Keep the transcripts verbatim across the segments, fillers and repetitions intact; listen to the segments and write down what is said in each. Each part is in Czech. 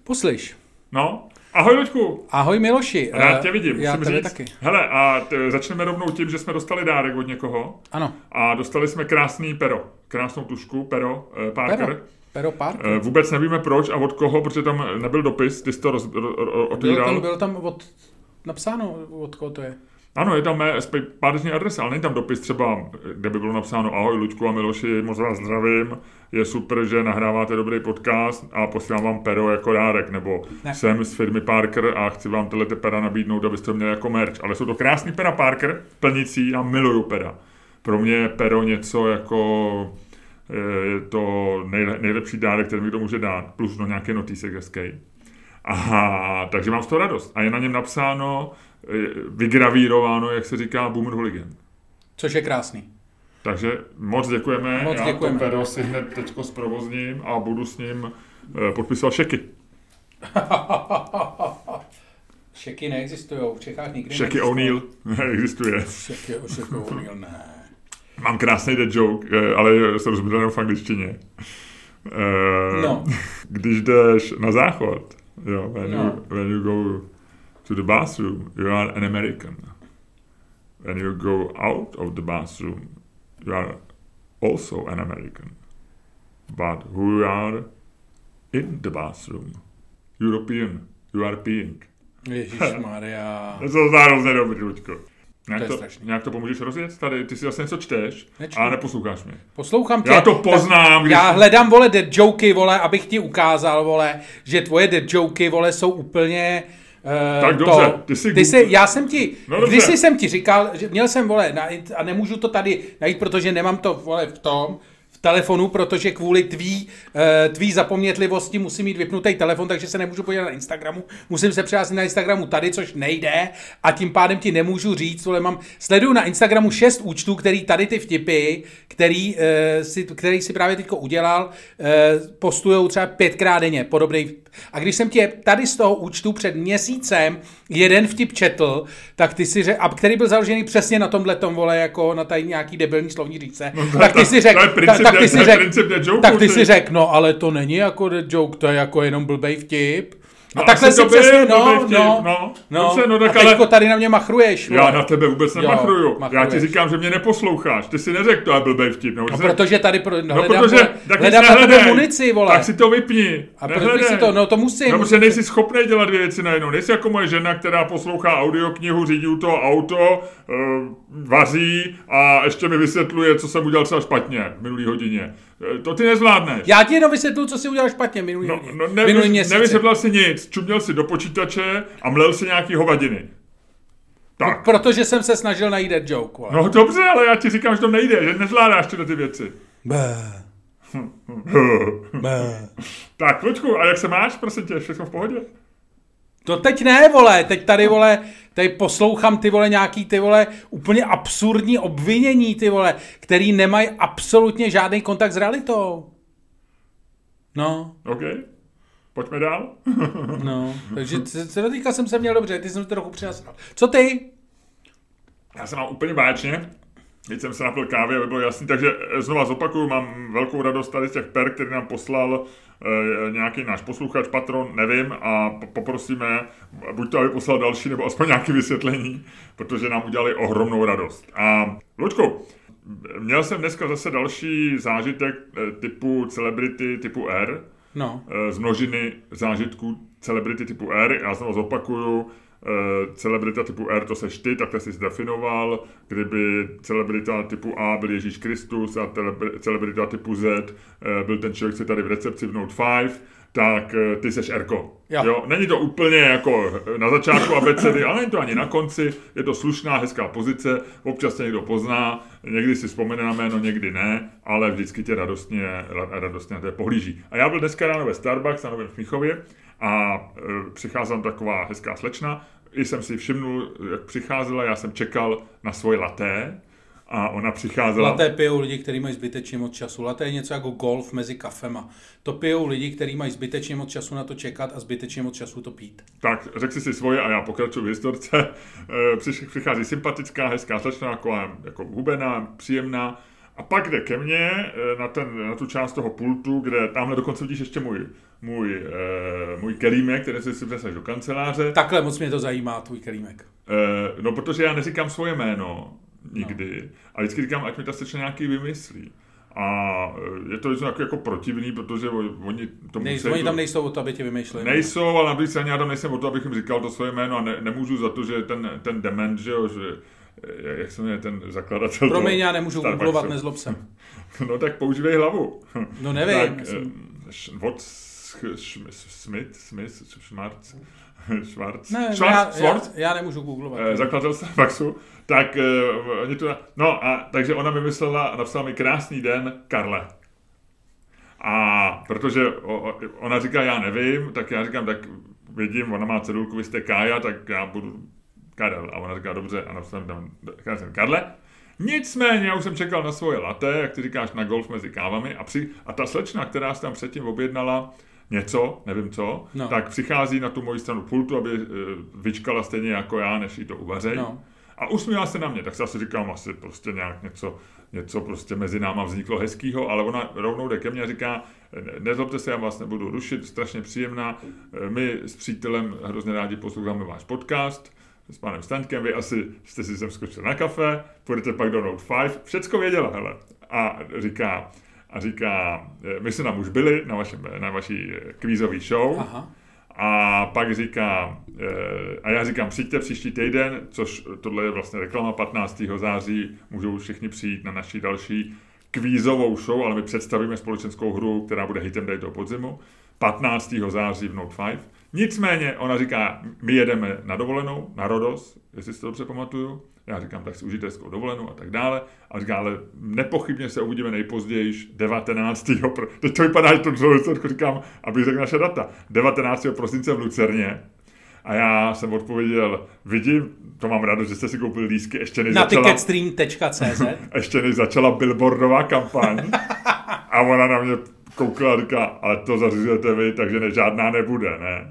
Poslyš. No, ahoj Luďku. Ahoj Miloši. Rád tě vidím, Já musím tebe říct. taky. Hele, a t- začneme rovnou tím, že jsme dostali dárek od někoho. Ano. A dostali jsme krásný pero, krásnou tušku, pero, eh, Parker. Pero, pero Parker. Eh, vůbec nevíme proč a od koho, protože tam nebyl dopis, ty jsi to roz, ro, ro, otvíral. Byl tam, byl tam od, napsáno, od koho to je. Ano, je tam mé páteční adresa, ale není tam dopis třeba, kde by bylo napsáno ahoj Luďku a Miloši, moc vás zdravím, je super, že nahráváte dobrý podcast a posílám vám pero jako dárek, nebo ne. Jsem z firmy Parker a chci vám tyhle pera nabídnout, abyste to měli jako merch. Ale jsou to krásný pera Parker, plnicí, já miluju pera. Pro mě je pero něco jako, je to nejle, nejlepší dárek, který mi to může dát, plus no nějaký notýsek hezký. Aha, takže mám z toho radost. A je na něm napsáno, vygravírováno, jak se říká, Boomer Hooligan. Což je krásný. Takže moc děkujeme. Moc Já děkujeme. to pero si hned teďko zprovozním a budu s ním podpisovat šeky. Šeky neexistují, v Čechách nikdy Šeky O'Neill neexistuje. Šeky, šeky O'Neill, ne. Mám krásný dead joke, ale se rozumím jenom v angličtině. No. Když jdeš na záchod, jo, when, no. you, when you go to the bathroom, you are an American. When you go out of the bathroom, you are also an American. But who you are in the bathroom? European. You are peeing. Ježišmarja. To se zdá hrozně dobrý, Luďko. Nějak to, to, nějak to pomůžeš rozjet? Tady, ty si zase něco čteš Nečtu. a neposloucháš mě. Poslouchám tě. Já to poznám. Když... Já hledám, vole, dead joky, vole, abych ti ukázal, vole, že tvoje dead joky, vole, jsou úplně... Uh, tak dobře, to, ty si... Ty jsi, já jsem ti, no když jsem ti říkal, že měl jsem, vole, najít, a nemůžu to tady najít, protože nemám to, vole, v tom, v telefonu, protože kvůli tvý, uh, tvý zapomnětlivosti musím mít vypnutý telefon, takže se nemůžu podívat na Instagramu, musím se přihlásit na Instagramu tady, což nejde a tím pádem ti nemůžu říct, vole, mám, sleduju na Instagramu šest účtů, který tady ty vtipy, který, uh, si, který si právě teďko udělal, uh, postujou třeba pětkrát denně, podobný. A když jsem tě tady z toho účtu před měsícem jeden vtip četl, tak ty si řek, a který byl založený přesně na tomhletom, vole, jako na tady nějaký debilní slovní říce, no, tak ty si řekl, tak ty si řekl, tak ty si řekl, no ale to není jako the joke, to je jako jenom blbej vtip. A no, takhle si přesně, no, vtip, no, no, no, dobře, no, tak a teďko ale... tady na mě machruješ. Já na tebe vůbec nemachruju. Jo, já ti říkám, že mě neposloucháš. Ty si neřekl, to je blbej vtip. No, no protože tady pro, no, no, hledám, protože, vole, hledám na tebe munici, vole. Tak si to vypni. A proč si to, no to musím. No, protože nejsi schopný dělat dvě věci najednou. Nejsi jako moje žena, která poslouchá audioknihu, řídí u toho auto, uh, vaří a ještě mi vysvětluje, co jsem udělal třeba špatně v minulý hodině. To ty nezvládneš. Já ti jenom vysvětluji, co jsi udělal špatně minulý, no, no, ne, minulý měsíc. Nevysvětlal si nic, čuměl si do počítače a mlel si nějaký hovadiny. Tak. No, protože jsem se snažil najít dead joke. Ale. No dobře, ale já ti říkám, že to nejde, že nezvládáš tyhle ty věci. Bé. Bé. Tak, Luďku, a jak se máš, prosím tě, všechno v pohodě? To teď ne, vole, teď tady, vole, tady poslouchám, ty vole, nějaký, ty vole, úplně absurdní obvinění, ty vole, který nemají absolutně žádný kontakt s realitou. No. OK, pojďme dál. No, takže se dotýka jsem se měl dobře, ty jsem to trochu přinasral. Co ty? Já jsem mám úplně báječně. Teď jsem se napil kávy, aby bylo jasný, takže znova zopakuju, mám velkou radost tady z těch per, který nám poslal e, nějaký náš posluchač, patron, nevím, a poprosíme, buď to, aby poslal další, nebo aspoň nějaké vysvětlení, protože nám udělali ohromnou radost. A Luďku, měl jsem dneska zase další zážitek typu celebrity typu R, no. z množiny zážitků celebrity typu R, já znovu zopakuju, celebrita typu R, to seš ty, tak to jsi zdefinoval. Kdyby celebrita typu A byl Ježíš Kristus a celebrita typu Z byl ten člověk, co je tady v recepci v Note pět, tak ty seš Erko. Jo. Jo? Není to úplně jako na začátku abecedy, ale není to ani na konci. Je to slušná, hezká pozice, občas tě někdo pozná, někdy si vzpomene na jméno, někdy ne, ale vždycky tě radostně, radostně na té pohlíží. A já byl dneska ráno ve Starbucks na Novém Smíchově a e, přicházela taková hezká slečna. I jsem si všimnul, jak přicházela, já jsem čekal na svoje laté a ona přicházela... Laté pijou lidi, kteří mají zbytečně moc času. Laté je něco jako golf mezi kafema. To pijou lidi, kteří mají zbytečně moc času na to čekat a zbytečně moc času to pít. Tak, řekl jsi si svoje a já pokračuji v historce. Přichází sympatická, hezká slečna, jako, jako hubená, příjemná A pak jde ke mně na, ten, na tu část toho pultu, kde tamhle dokonce vidíš ještě můj, můj, eh, můj kelímek, který si si přesaž do kanceláře. Takhle moc mě to zajímá, tvůj kelímek. Eh, no, protože já neříkám svoje jméno nikdy. No. A vždycky říkám, ať mi ta slečna nějaký vymyslí. A je to něco jako, jako protivný, protože oni to Nej, musí... Oni tam nejsou o to, aby ti vymýšleli. Nejsou, ale na druhé straně já tam nejsem o to, abych jim říkal to svoje jméno a ne, nemůžu za to, že ten, ten dement, že jo, že jak se jmenuje ten zakladatel... Promiň, já nemůžu googlovat, nezlob se. No tak používej hlavu. No nevím. Tak, What Smith, Smith, Schwarz, Schwarz, ne, Schwarz, já, Schwarz, já, já nemůžu googlovat. Zakladatel Starbucksu, tak uh, oni to, no a takže ona vymyslela a napsala mi krásný den, Karle. A protože o, ona říká, já nevím, tak já říkám, tak vidím, ona má cedulku, vy jste Kája, tak já budu Karel. A ona říká, dobře, a napsala mi tam Karle. Nicméně, já už jsem čekal na svoje latte, jak ty říkáš, na golf mezi kávami a, při, a ta slečna, která se tam předtím objednala něco, nevím co, no. tak přichází na tu moji stranu pultu, aby e, vyčkala stejně jako já, než jí to uvařej. No. A usmívala se na mě, tak se asi říkám, asi prostě nějak něco, něco prostě mezi náma vzniklo hezkýho, ale ona rovnou jde ke mně a říká, nezlobte se, já vás nebudu rušit, strašně příjemná, my s přítelem hrozně rádi posloucháme váš podcast, s panem Staňkem, vy asi jste si sem skočil na kafe, půjdete pak do Note pět, všecko věděla, hele. A říká, a říká, my jsme tam už byli na, vašem, na vaší kvízové show. Aha. A pak říká, a já říkám, přijďte příští týden, což tohle je vlastně reklama patnáctého září, můžou všichni přijít na naší další kvízovou show, ale my představíme společenskou hru, která bude hitem tady toho podzimu, patnáctého září v Note pět. Nicméně ona říká, my jedeme na dovolenou, na Rodos, jestli si to dobře pamatuju. Já říkám, tak si užijte hezkou dovolenou a tak dále. A říká, ale nepochybně se uvidíme nejpozději devatenáctého Teď to vypadá, že to dlouho říkám, abych řekl naše data. devatenáctého prosince v Lucerně. A já jsem odpověděl, vidím, to mám rád, že jste si koupili lístky, ještě než na začala... Na ticketstream tečka cé zet ještě než začala billboardová kampaň. A ona na mě koukala a říká, ale to zařizujete vy, takže ne, žádná nebude, ne?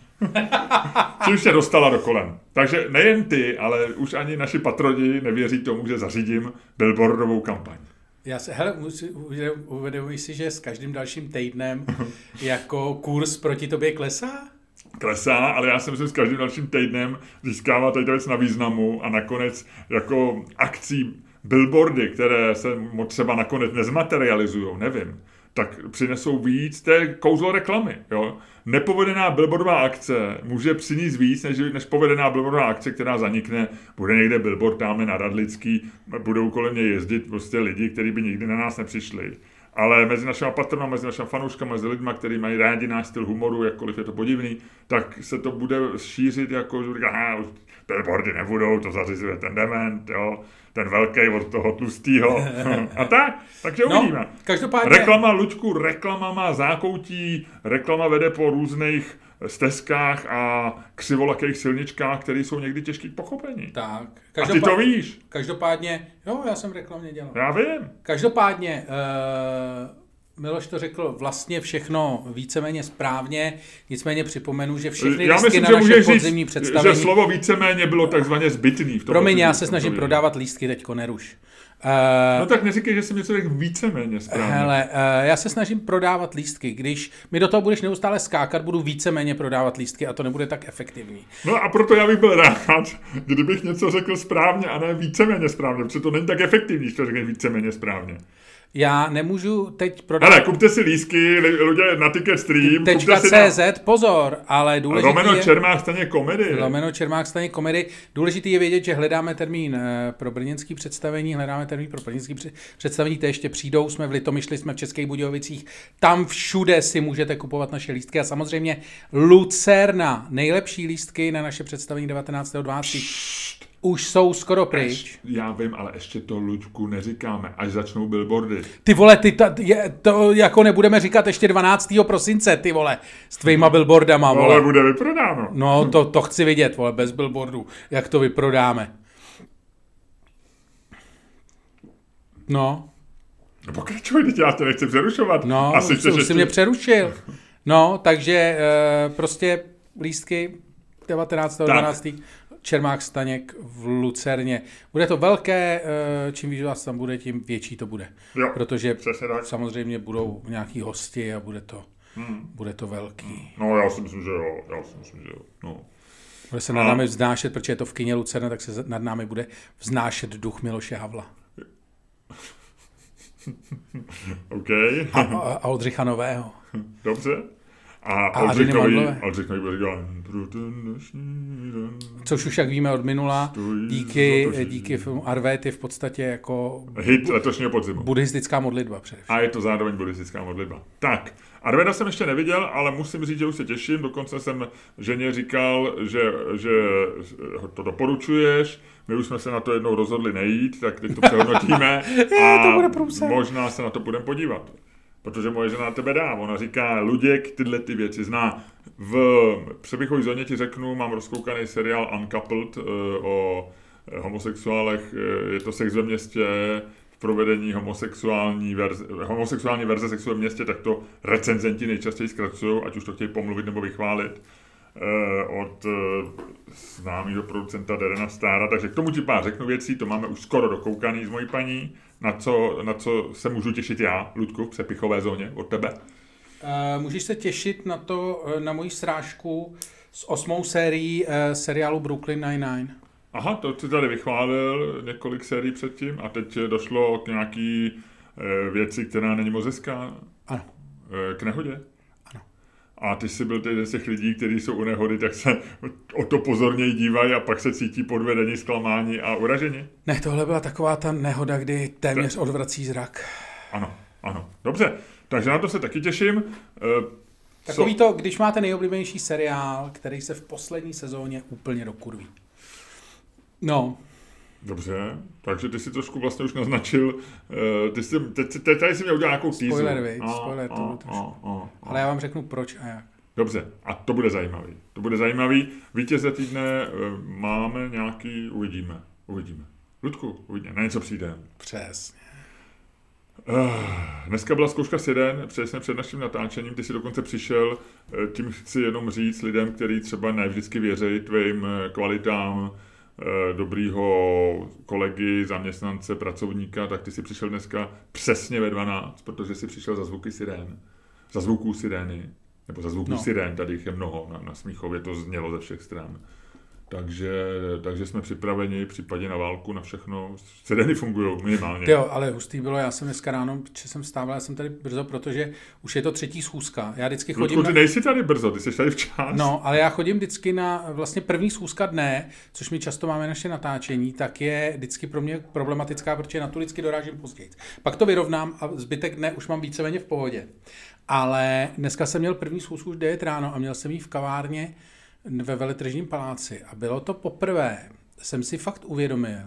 Čím se dostala do kolen. Takže nejen ty, ale už ani naši patroni nevěří tomu, že zařídím billboardovou kampaň. Já se, hele, uvědomuji si, že s každým dalším týdnem jako kurz proti tobě klesá? Klesá, ale já si myslím, že s každým dalším týdnem získává tady věc na významu a nakonec jako akcí billboardy, které se moc třeba nakonec nezmaterializujou, nevím, tak přinesou víc, to je kouzlo reklamy, jo. Nepovedená billboardová akce může přinést víc, než, než povedená billboardová akce, která zanikne, bude někde billboard tamhle na Radlický, budou kolem mě jezdit prostě lidi, kteří by nikdy na nás nepřišli. Ale mezi našimi patrony, mezi našimi fanouškami, mezi lidmi, kteří mají rádi náš styl humoru, jakkoliv je to podivný, tak se to bude šířit jako, že říká, billboardy nebudou, to zařizuje ten dement, jo, ten velký od toho tlustýho. A tak, takže uvidíme. No, každopádně... Reklama, Luďku, reklama má zákoutí, reklama vede po různých stezkách a křivolakých silničkách, které jsou někdy těžký k pochopení. Tak. A ty to víš. Každopádně, jo, já jsem reklamně dělal. Já vím. Každopádně, uh, Miloš to řekl vlastně všechno víceméně správně, nicméně připomenu, že všechny já lístky myslím, na naše říct, podzimní představení... že slovo víceméně bylo takzvaně zbytný. V tom Promiň, já se snažím prodávat lístky, teďko neruš. Uh, no tak neříkej, že jsem něco řekl víceméně správně. Hele, uh, já se snažím prodávat lístky. Když mi do toho budeš neustále skákat, budu víceméně prodávat lístky a to nebude tak efektivní. No a proto já bych byl rád, kdybych něco řekl správně a ne víceméně správně, protože to není tak efektivní, když to řekneš víceméně správně. Já nemůžu teď prodat... Hele, kupte si lístky, lidé na Ticketstream. .cz, na... pozor, ale důležitý Lomeno je... Čermák staně komedy. Lomeno Čermák staně komedy. Důležitý je vědět, že hledáme termín pro brněnský představení, hledáme termín pro brněnský představení, které ještě přijdou, jsme v Litomyšli, jsme v Českých Budějovicích, tam všude si můžete kupovat naše lístky a samozřejmě Lucerna, nejlepší lístky na naše představení devatenáctého dvanáctého už jsou skoro pryč. Já vím, ale ještě to, Luďku, neříkáme, až začnou billboardy. Ty vole, ty ta, je, to jako nebudeme říkat ještě dvanáctého prosince, ty vole, s tvýma billboardama, vole. Ale bude vyprodáno. No, to, to chci vidět, vole, bez billboardů, jak to vyprodáme. No. No pokračuj, teď já tě nechci přerušovat. No, Asi už, už ještě... jsi mě přerušil. No, takže e, prostě lístky devatenáctého dvanáctého Čermák Staněk v Lucerně. Bude to velké, čím víc vás tam bude, tím větší to bude. Jo, protože samozřejmě budou nějaký hosti a bude to, hmm. bude to velký. No já si myslím, že jo. Já si myslím, že jo. No. Bude se nad námi vznášet, protože je to v kině Lucerna, tak se nad námi bude vznášet duch Miloše Havla. OK. A, a, a Oldřicha Nového. Dobře. A, a Oldřichnovi bude říkat což už jak víme od minula, díky, díky filmu Arvét je v podstatě jako hit letošního podzimu. Buddhistická modlitba především. A je to zároveň buddhistická modlitba. Tak, Arvéda jsem ještě neviděl, ale musím říct, že už se těším. Dokonce jsem ženě říkal, že, že to doporučuješ. My už jsme se na to jednou rozhodli nejít, tak teď to přehodnotíme a to bude možná se na to budeme podívat. Protože moje žena na tebe dá. Ona říká, Luděk tyhle ty věci zná. V přebychové zóně ti řeknu, mám rozkoukaný seriál Uncoupled o homosexuálech. Je to Sex ve městě v provedení homosexuální verze, homosexuální verze Sexu ve městě, tak to recenzenti nejčastěji zkracují, ať už to chtějí pomluvit nebo vychválit. Od známého producenta Derena Stára, takže k tomu ti pár řeknu věcí, to máme už skoro dokoukaný s mojí paní, na co, na co se můžu těšit já, Ludku, v přepichové zóně od tebe. Uh, můžeš se těšit na to, na moji srážku s osmou sérií uh, seriálu Brooklyn Nine-Nine. Aha, to jsi tady vychválil několik sérií předtím a teď došlo k nějaký uh, věci, která není moc hezká. Ano. Uh, k nehodě. A ty jsi byl tedy z těch lidí, kteří jsou u nehody, tak se o to pozorněji dívají a pak se cítí podvedení, zklamání a uražení? Ne, tohle byla taková ta nehoda, kdy téměř tak odvrací zrak. Ano, ano. Dobře, takže na to se taky těším. Takový to, když máte nejoblíbenější seriál, který se v poslední sezóně úplně dokurví. No. Dobře, takže ty si trošku vlastně už naznačil, ty jsi, teď, teď tady jsi měl udělat nějakou týzu. Spoiler, viď, spoiler, to bude trošku. Ale já vám řeknu proč a jak. Dobře, a to bude zajímavý. To bude zajímavý. Vítěze týdne máme nějaký, uvidíme, uvidíme. Ludku, uvidíme, na něco přijde. Přesně. Dneska byla zkouška s jeden, přesně před naším natáčením, ty jsi dokonce přišel, tím chci jenom říct lidem, kteří třeba ne vždycky věří tvým kvalitám, dobrýho kolegy, zaměstnance, pracovníka, tak ty jsi přišel dneska přesně ve dvanáct, protože jsi přišel za zvuky sirén, za zvuků sirény, nebo za zvuků no. sirén, tady jich je mnoho, na, na Smíchově to znělo ze všech stran. Takže, takže jsme připraveni, případně na válku, na všechno. Sirény fungují minimálně. Jo, ale hustý bylo, já jsem dneska ráno, že jsem stával, já jsem tady brzo, protože už je to třetí schůzka. Já vždycky chodím... Ludku, ty nejsi tady brzo, ty jsi tady včas. No, ale já chodím vždycky na vlastně první schůzka dne, což my často máme naše natáčení, tak je vždycky pro mě problematická, protože na tu vždycky dorážím později. Pak to vyrovnám a zbytek dne už mám víceméně v pohodě. Ale dneska jsem měl první schůzku už devět ráno a měl jsem ji v kavárně ve Veletržním paláci. A bylo to poprvé, jsem si fakt uvědomil,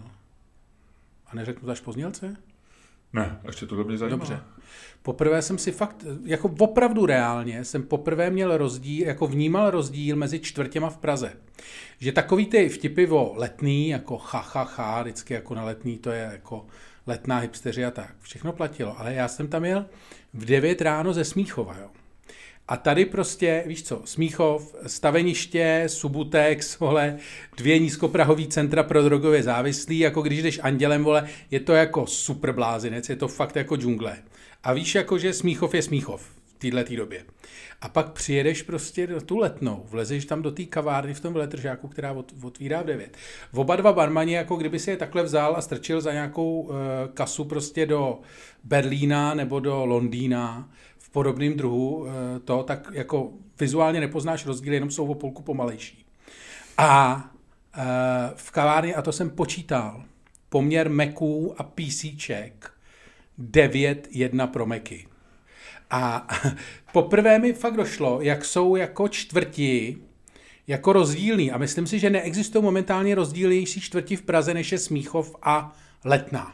a neřeknu to až po znělce? Ne, ještě to mě zajímá. Dobře. Poprvé jsem si fakt, jako opravdu reálně, jsem poprvé měl rozdíl, jako vnímal rozdíl mezi čtvrtěma v Praze. Že takový ty vtipy o Letný, jako cha, cha, cha, vždycky jako na Letný, to je jako Letná, hipsteři a tak. Všechno platilo, ale já jsem tam jel v devět ráno ze Smíchova, jo. A tady prostě, víš co, Smíchov, Staveniště, Subutex, vole, dvě nízkoprahový centra pro drogově závislí, jako když jdeš Andělem, vole, je to jako super blázinec, je to fakt jako džungle. A víš, jako, že Smíchov je Smíchov v této době. A pak přijedeš prostě do tu Letnou, vlezeš tam do té kavárny v tom Veletržáku, která otvírá v devět. Oba dva barmani, jako kdyby si je takhle vzal a strčil za nějakou uh, kasu prostě do Berlína nebo do Londýna, v podobném druhu to, tak jako vizuálně nepoznáš rozdíl, jenom jsou o půlku pomalejší. A v kavárně, a to jsem počítal, poměr Maců a PCček devět jedna pro Macy. A poprvé mi fakt došlo, jak jsou jako čtvrti jako rozdílný. A myslím si, že neexistují momentálně rozdílnější čtvrti v Praze, než je Smíchov a Letná.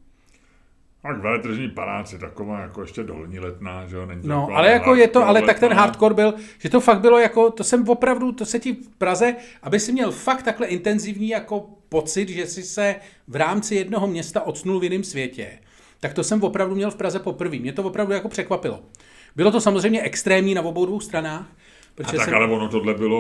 Tak Veletržní palác je taková jako ještě dolní Letná, že jo? Není no, ale jako je to, ale letná. Tak ten hardcore byl, že to fakt bylo jako, to jsem opravdu, to se ti v Praze, aby si měl fakt takhle intenzivní jako pocit, že si se v rámci jednoho města ocnul v jiném světě, tak to jsem opravdu měl v Praze poprvé. Mě to opravdu jako překvapilo. Bylo to samozřejmě extrémní na obou dvou stranách. A tak jsem... ale ono tohle bylo,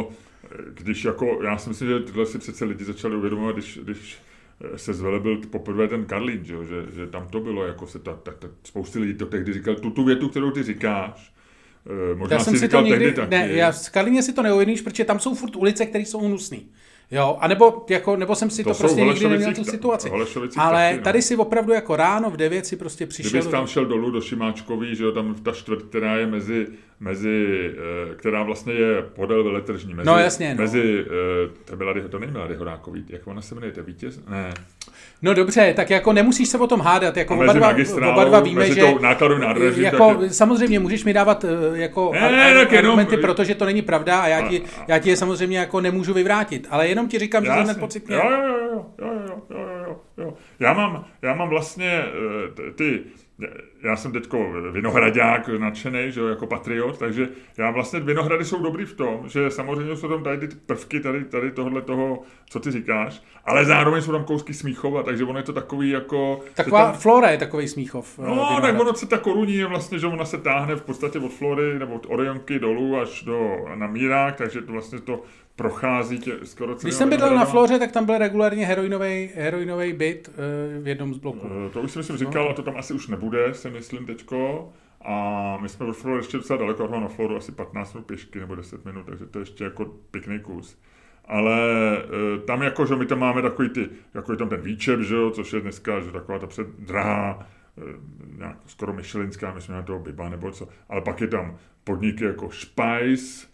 když jako, já si myslím, že tyhle si přece lidi začali uvědomovat, když, když se zvelebil poprvé ten Karlín, že, že, že tam to bylo, jako se ta, ta, ta spousty lidí to tehdy říkal, tu, tu větu, kterou ty říkáš, možná já si jsem říkal si to tehdy nikdy, taky. Ne, já v Karlíně si to neuvědomíš, protože tam jsou furt ulice, které jsou hnusný. Jo, a nebo, jako, nebo jsem si to, to prostě nikdy neměl tu situaci. Ale taky, tady si opravdu jako ráno v devět si prostě přišel. Kdybys tam šel dolů do Šimáčkový, že jo, tam ta čtvrt, která je mezi, mezi která vlastně je podél Veletržní. Mezi, no jasně, no. Mezi, to byla, to nebyla Dehorákový, jak ona se jmenuje, to je Vítěz? Ne. No dobře, tak jako nemusíš se o tom hádat, jako oba dva, oba dva víme, že jako taky... samozřejmě můžeš mi dávat jako ne, ar- jenom... argumenty, protože to není pravda a já ti, já ti je samozřejmě jako nemůžu vyvrátit, ale jenom ti říkám, Jasně. že to hned pocitně. Jo, jo, jo, jo, jo, jo, jo, jo. Já mám, já mám vlastně ty, já jsem teďko vinohradák nadšenej, že jo, jako patriot, takže já vlastně Vinohrady jsou dobrý v tom, že samozřejmě jsou tam tady ty prvky tady, tady tohle toho, co ty říkáš, ale zároveň jsou tam kousky Smíchova, takže ono je to takový jako... Taková tam... Flora je takový Smíchov. No, Vinohrad. Tak ono se ta koruní je vlastně, že ona se táhne v podstatě od Flory nebo od Orionky dolů až do, na Mírák, takže to vlastně to prochází tě skoro celý. Když jsem bydlel na Floře, tak tam byl regulárně heroinový, heroinový byt v jednom z bloků. To už jsem si říkal, a to tam asi už nebude, si myslím teďko. A my jsme od Flory ještě docela daleko, na Floru asi patnáct minut pěšky nebo deset minut, takže to je ještě jako pěkný kus. Ale tam jako, že my tam máme takový ty, jako je tam ten Výčep, že jo, což je dneska, že taková ta předdrahá, nějak skoro myšelinská, myslím na toho Biba nebo co, ale pak je tam podniky jako Špajs,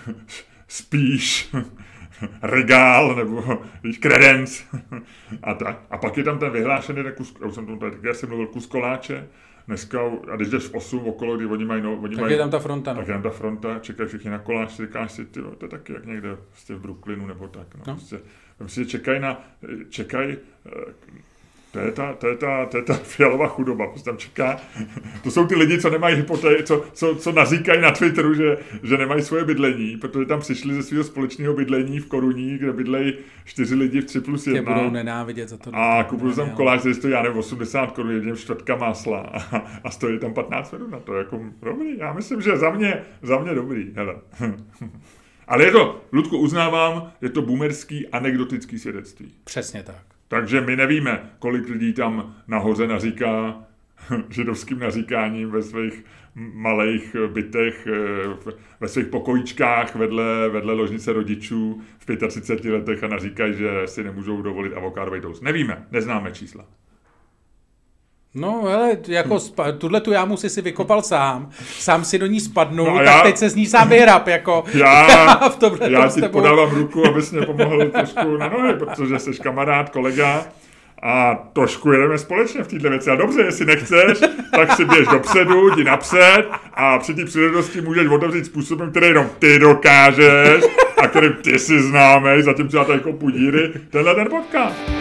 Spíš, Regál nebo Kredenc a tak. A pak je tam ten vyhlášený, ten kus, já už jsem tomu tady, já jsem mluvil, kus koláče, dneska, a když jdeš v osm okolo, kdy oni mají... No, oni tak mají, je tam ta fronta. No. Tak je tam ta fronta, čekají všichni na koláč, si říkáš si, tyjo, to je taky jak někde prostě v Brooklynu nebo tak. No. No. Prostě, prostě čekají na... Čekají, To je ta, to je ta, to je ta fialová chudoba, prostě tam čeká. To jsou ty lidi, co nemají hypotéky, co, co, co nazíkají na Twitteru, že, že nemají svoje bydlení, protože tam přišli ze svého společného bydlení v Koruní, kde bydlejí čtyři lidi v tři plus jedna. Tě budou nenávidět za to. A kupuju tam koláč, který stojí, já nevím, osmdesát korun, jedním čtvrtka másla a, a stojí tam patnáct minut na to, jako dobrý. Já myslím, že za mě, za mě dobrý, hele. Ale je to, Ludku, uznávám, je to boomerský anekdotický svědectví. Přesně tak. Takže my nevíme, kolik lidí tam nahoře naříká židovským naříkáním ve svých malých bytech, ve svých pokojíčkách vedle, vedle ložnice rodičů v třiceti pěti letech a naříkají, že si nemůžou dovolit avokádový toast. Nevíme, neznáme čísla. No, hele, jako spa- tuhle tu jámu si si vykopal sám, sám si do ní spadnul, no tak já, teď se z ní sám vyhrab, jako. Já, v tomhle já ti podávám ruku, abys mě pomohl trošku na nohy, protože jsi kamarád, kolega a trošku jedeme společně v této věci. A dobře, jestli nechceš, tak si běž dopředu, jdi napřed a při té příležitosti můžeš otevřít způsobem, který jenom ty dokážeš a kterým ty si známej, zatímco já tady kopu díry, tenhle ten podcast.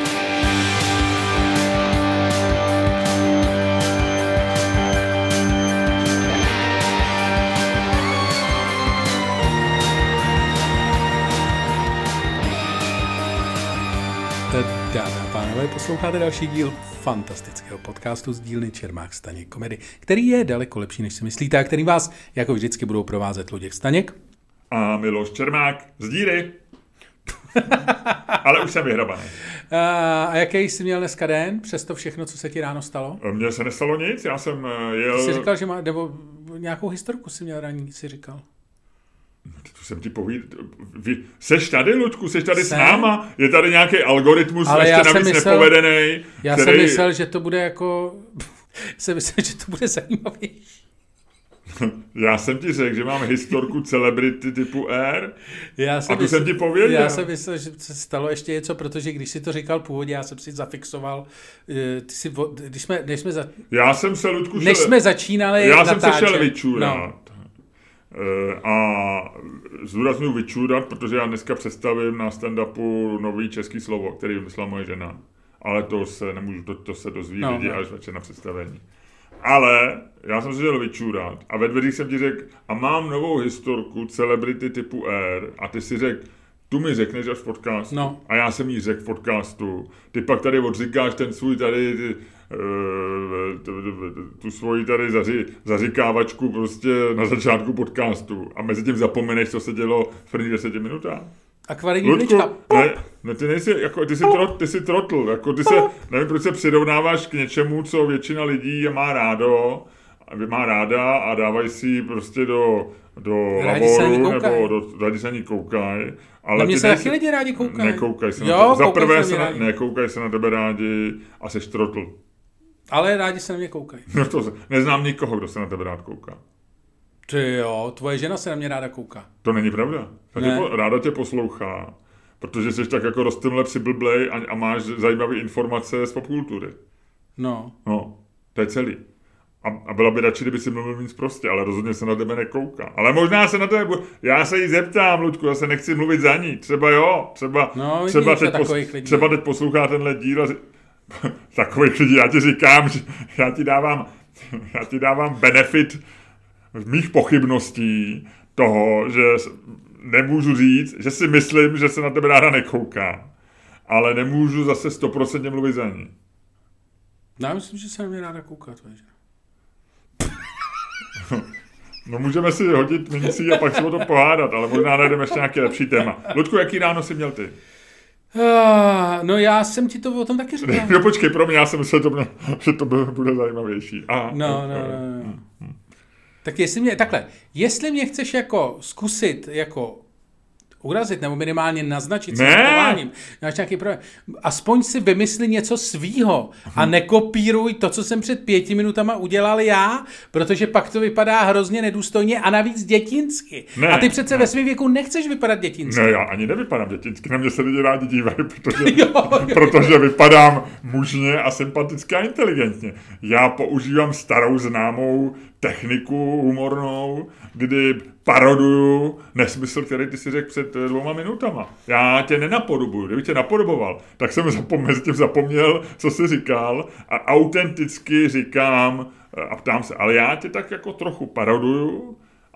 Dámy a pánové, posloucháte další díl fantastického podcastu z dílny Čermák Staněk Komedy, který je daleko lepší, než si myslíte a který vás, jako vždycky, budou provázet Luděk Staněk a Miloš Čermák z díry. Ale už jsem vyhrabaný. A jaký jsi měl dneska den, přes to všechno, co se ti ráno stalo? Mně se nestalo nic, já jsem jel... Ty jsi říkal, že má, nebo nějakou historku si měl raní, jsi říkal. To jsem ti povídal. Seš tady, Luďku, seš tady jsem? S náma, je tady nějaký algoritmus, ale ještě navíc myslel, nepovedený. Já který... jsem myslel, že to bude jako... jsem myslel, že to bude zajímavější. Já jsem ti řekl, že mám historku celebrity typu R já jsem a tu myslel, jsem ti pověděl. Já jsem myslel, že se stalo ještě něco, protože když si to říkal původně, já jsem si zafixoval, ty si, když jsme, než jsme, za... já jsem se, Luďku, než šel... jsme začínali já natáčet. jsem se šel vyčůrat. No. A zdůraznuju vyčůrat, protože já dneska představím na stand-upu nový český slovo, který vymyslela moje žena. Ale to se nemůžu, to, to se dozví no, lidi no. až večer na představení. Ale já jsem se šel vyčůrat a ve dveřích jsem ti řekl, a mám novou historku celebrity typu R a ty si řekl, tu mi řekneš až v podcastu. No. A já jsem jí řekl v podcastu. Ty pak tady odříkáš ten svůj tady, ty, uh, tu svoji tady zaři, zaříkávačku prostě na začátku podcastu. A mezi tím zapomeneš, co se dělo v prvních deseti minutách. A kvalitní klička. Ne, ne, ty nejsi, jako, ty jsi, trot, ty jsi trotl, jako ty se, nevím, proč se přirovnáváš k něčemu, co většina lidí má rádo, má ráda a dávají si prostě do, do lavoru, nebo do, rádi se ani koukají. Ale na mě ty se nejsi, taky lidi rádi koukají. Nekoukají se jo, na tebe. Za prvé se, se na, nekoukají se na tebe rádi a seš trotl. Ale rádi se na mě koukají. No to, neznám nikoho, kdo se na tebe rád kouká. Ty jo, tvoje žena se na mě ráda kouká. To není pravda. Ne. Tě, ráda tě poslouchá, protože jsi tak jako roztymle přiblblej a, a máš zajímavé informace z popkultury. No. No, to je celý. A, a byla by radši, kdyby si mluvil víc prostě, ale rozhodně se na tebe nekouká. Ale možná se na tebe bude... Já se jí zeptám, Luďku, já se nechci mluvit za ní. Třeba jo, třeba, no, třeba, teď, pos, třeba teď poslouchá tenhle díl a ři... takových lidí, já ti říkám, že já ti dávám, já ti dávám benefit mých pochybností toho, že nemůžu říct, že si myslím, že se na tebe ráda nekouká, ale nemůžu zase stoprocentně mluvit za ní. Já myslím, že se na mě ráda kouká, tvoje žena. No můžeme si hodit mincí a pak si o to pohádat, ale možná najdeme ještě nějaké lepší téma. Ludku, jaký ráno jsi měl ty? Uh, no já jsem ti to o tom taky říkal. No počkej, pro mě, já jsem myslel, že to bude zajímavější. Aha, no, no, no, no. Hmm. Tak jestli mě, takhle, jestli mě chceš jako zkusit jako urazit nebo minimálně naznačit svým chováním, máš nějaký problém, aspoň si vymysli něco svýho a nekopíruj to, co jsem před pěti minutama udělal já, protože pak to vypadá hrozně nedůstojně a navíc dětinsky. Ne, a ty přece ne. ve svém věku nechceš vypadat dětinsky. Ne, já ani nevypadám dětinsky, na mě se lidi rádi dívají, protože, jo, jo. protože vypadám mužně a sympaticky a inteligentně. Já používám starou známou techniku humornou, kdy paroduju nesmysl, který ty si řekl před dvouma minutama. Já tě nenapodobuju. Kdybych tě napodoboval, tak jsem zapomněl, s tím zapomněl, co jsi říkal a autenticky říkám a ptám se, ale já tě tak jako trochu paroduju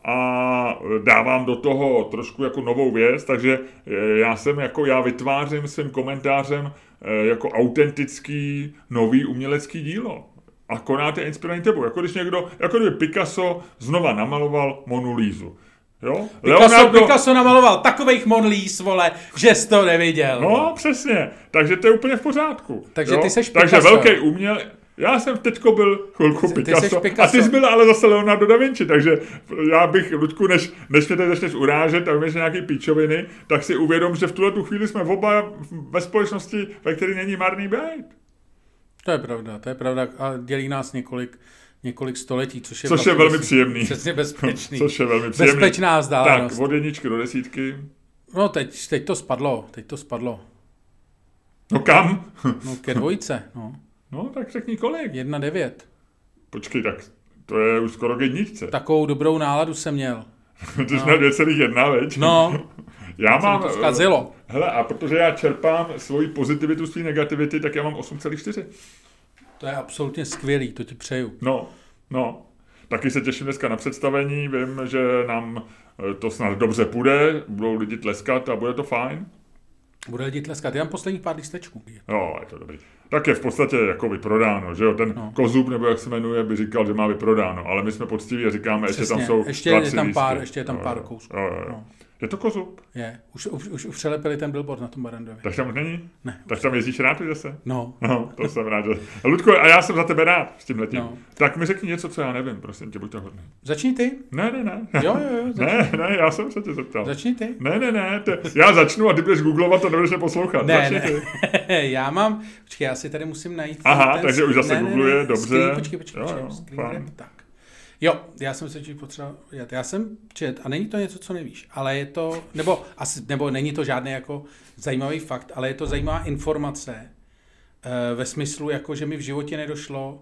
a dávám do toho trošku jako novou věc, takže já jsem jako, já vytvářím svým komentářem jako autentický nový umělecký dílo. A konáte inspirovaný tebou. Jako když někdo, jako kdyby Picasso znova namaloval Monu Lízu. Jo? Picasso, Leonardo... Picasso namaloval takovejch Mon Lís, vole, že jsi to neviděl. No, přesně. Takže to je úplně v pořádku. Takže jo? ty seš Takže Picasso. velký uměl... Já jsem teďko byl chvilku ty, Picasso, ty Picasso. A ty jsi byl ale zase Leonardo da Vinci, takže já bych, Ludku, než, než mě teď začneš urážet a vymýšlet nějaký píčoviny, tak si uvědom, že v tuhle tu chvíli jsme oba ve společnosti, ve které není marný být. To je pravda, to je pravda a dělí nás několik, několik století, což je, což je velmi příjemný. Přesně bezpečný. Což je velmi příjemný. Bezpečná vzdálenost. Tak, od jedničky do desítky. No teď, teď to spadlo, teď to spadlo. No kam? No ke dvojce, no. No tak řekni kolik. Jedna devět. Počkej, tak to je už skoro k jedničce. Takovou dobrou náladu jsem měl. Ty jsi měl dvě celá jedna, veď? No. Já mám... to zkazilo. Hele, a protože já čerpám svoji pozitivitu, svý negativity, tak já mám osm celá čtyři. To je absolutně skvělý, to ti přeju. No, no. Taky se těším dneska na představení, vím, že nám to snad dobře půjde, budou lidi tleskat a bude to fajn. Bude lidi tleskat, já mám posledních pár lístečků. Jo, je to dobrý. Tak je v podstatě jako vyprodáno, že jo, ten no. Kozub, nebo jak se jmenuje, by říkal, že má vyprodáno, ale my jsme poctiví a říkáme, Přesně. ještě tam jsou ještě je tam pár, ještě je tam pár kousků. Jo, jo, jo. No. Je to Kozub? Je. Už, už, už, už přelepili ten billboard na tom Barandově. Tak tam už není? Ne. Tak tam jezdíš rád už zase? No. No, to jsem rád. Že... Ludko, a já jsem za tebe rád s tímhletím. No. Tak mi řekni něco, co já nevím, prosím tě, buď to hodný. Začni ty. Ne, ne, ne. Jo, jo, jo. Začni. Ne, ne, já jsem se tě zeptal. Začni ty. Ne, ne, ne, te... já začnu a ty budeš googlovat a nebudeš mě poslouchat. Ne, začni ne. ty. Já mám, počkej, já si tady musím najít. Aha, ten takže už zase ne, googluje, ne, ne. dobře. Screen, počkej, počkej, jo, počkej, jo, screen rap, tak. Jo, já jsem se ti potřeboval, já jsem čet, a není to něco, co nevíš, ale je to, nebo, asi, nebo není to žádný jako zajímavý fakt, ale je to zajímavá informace e, ve smyslu, jako, že mi v životě nedošlo,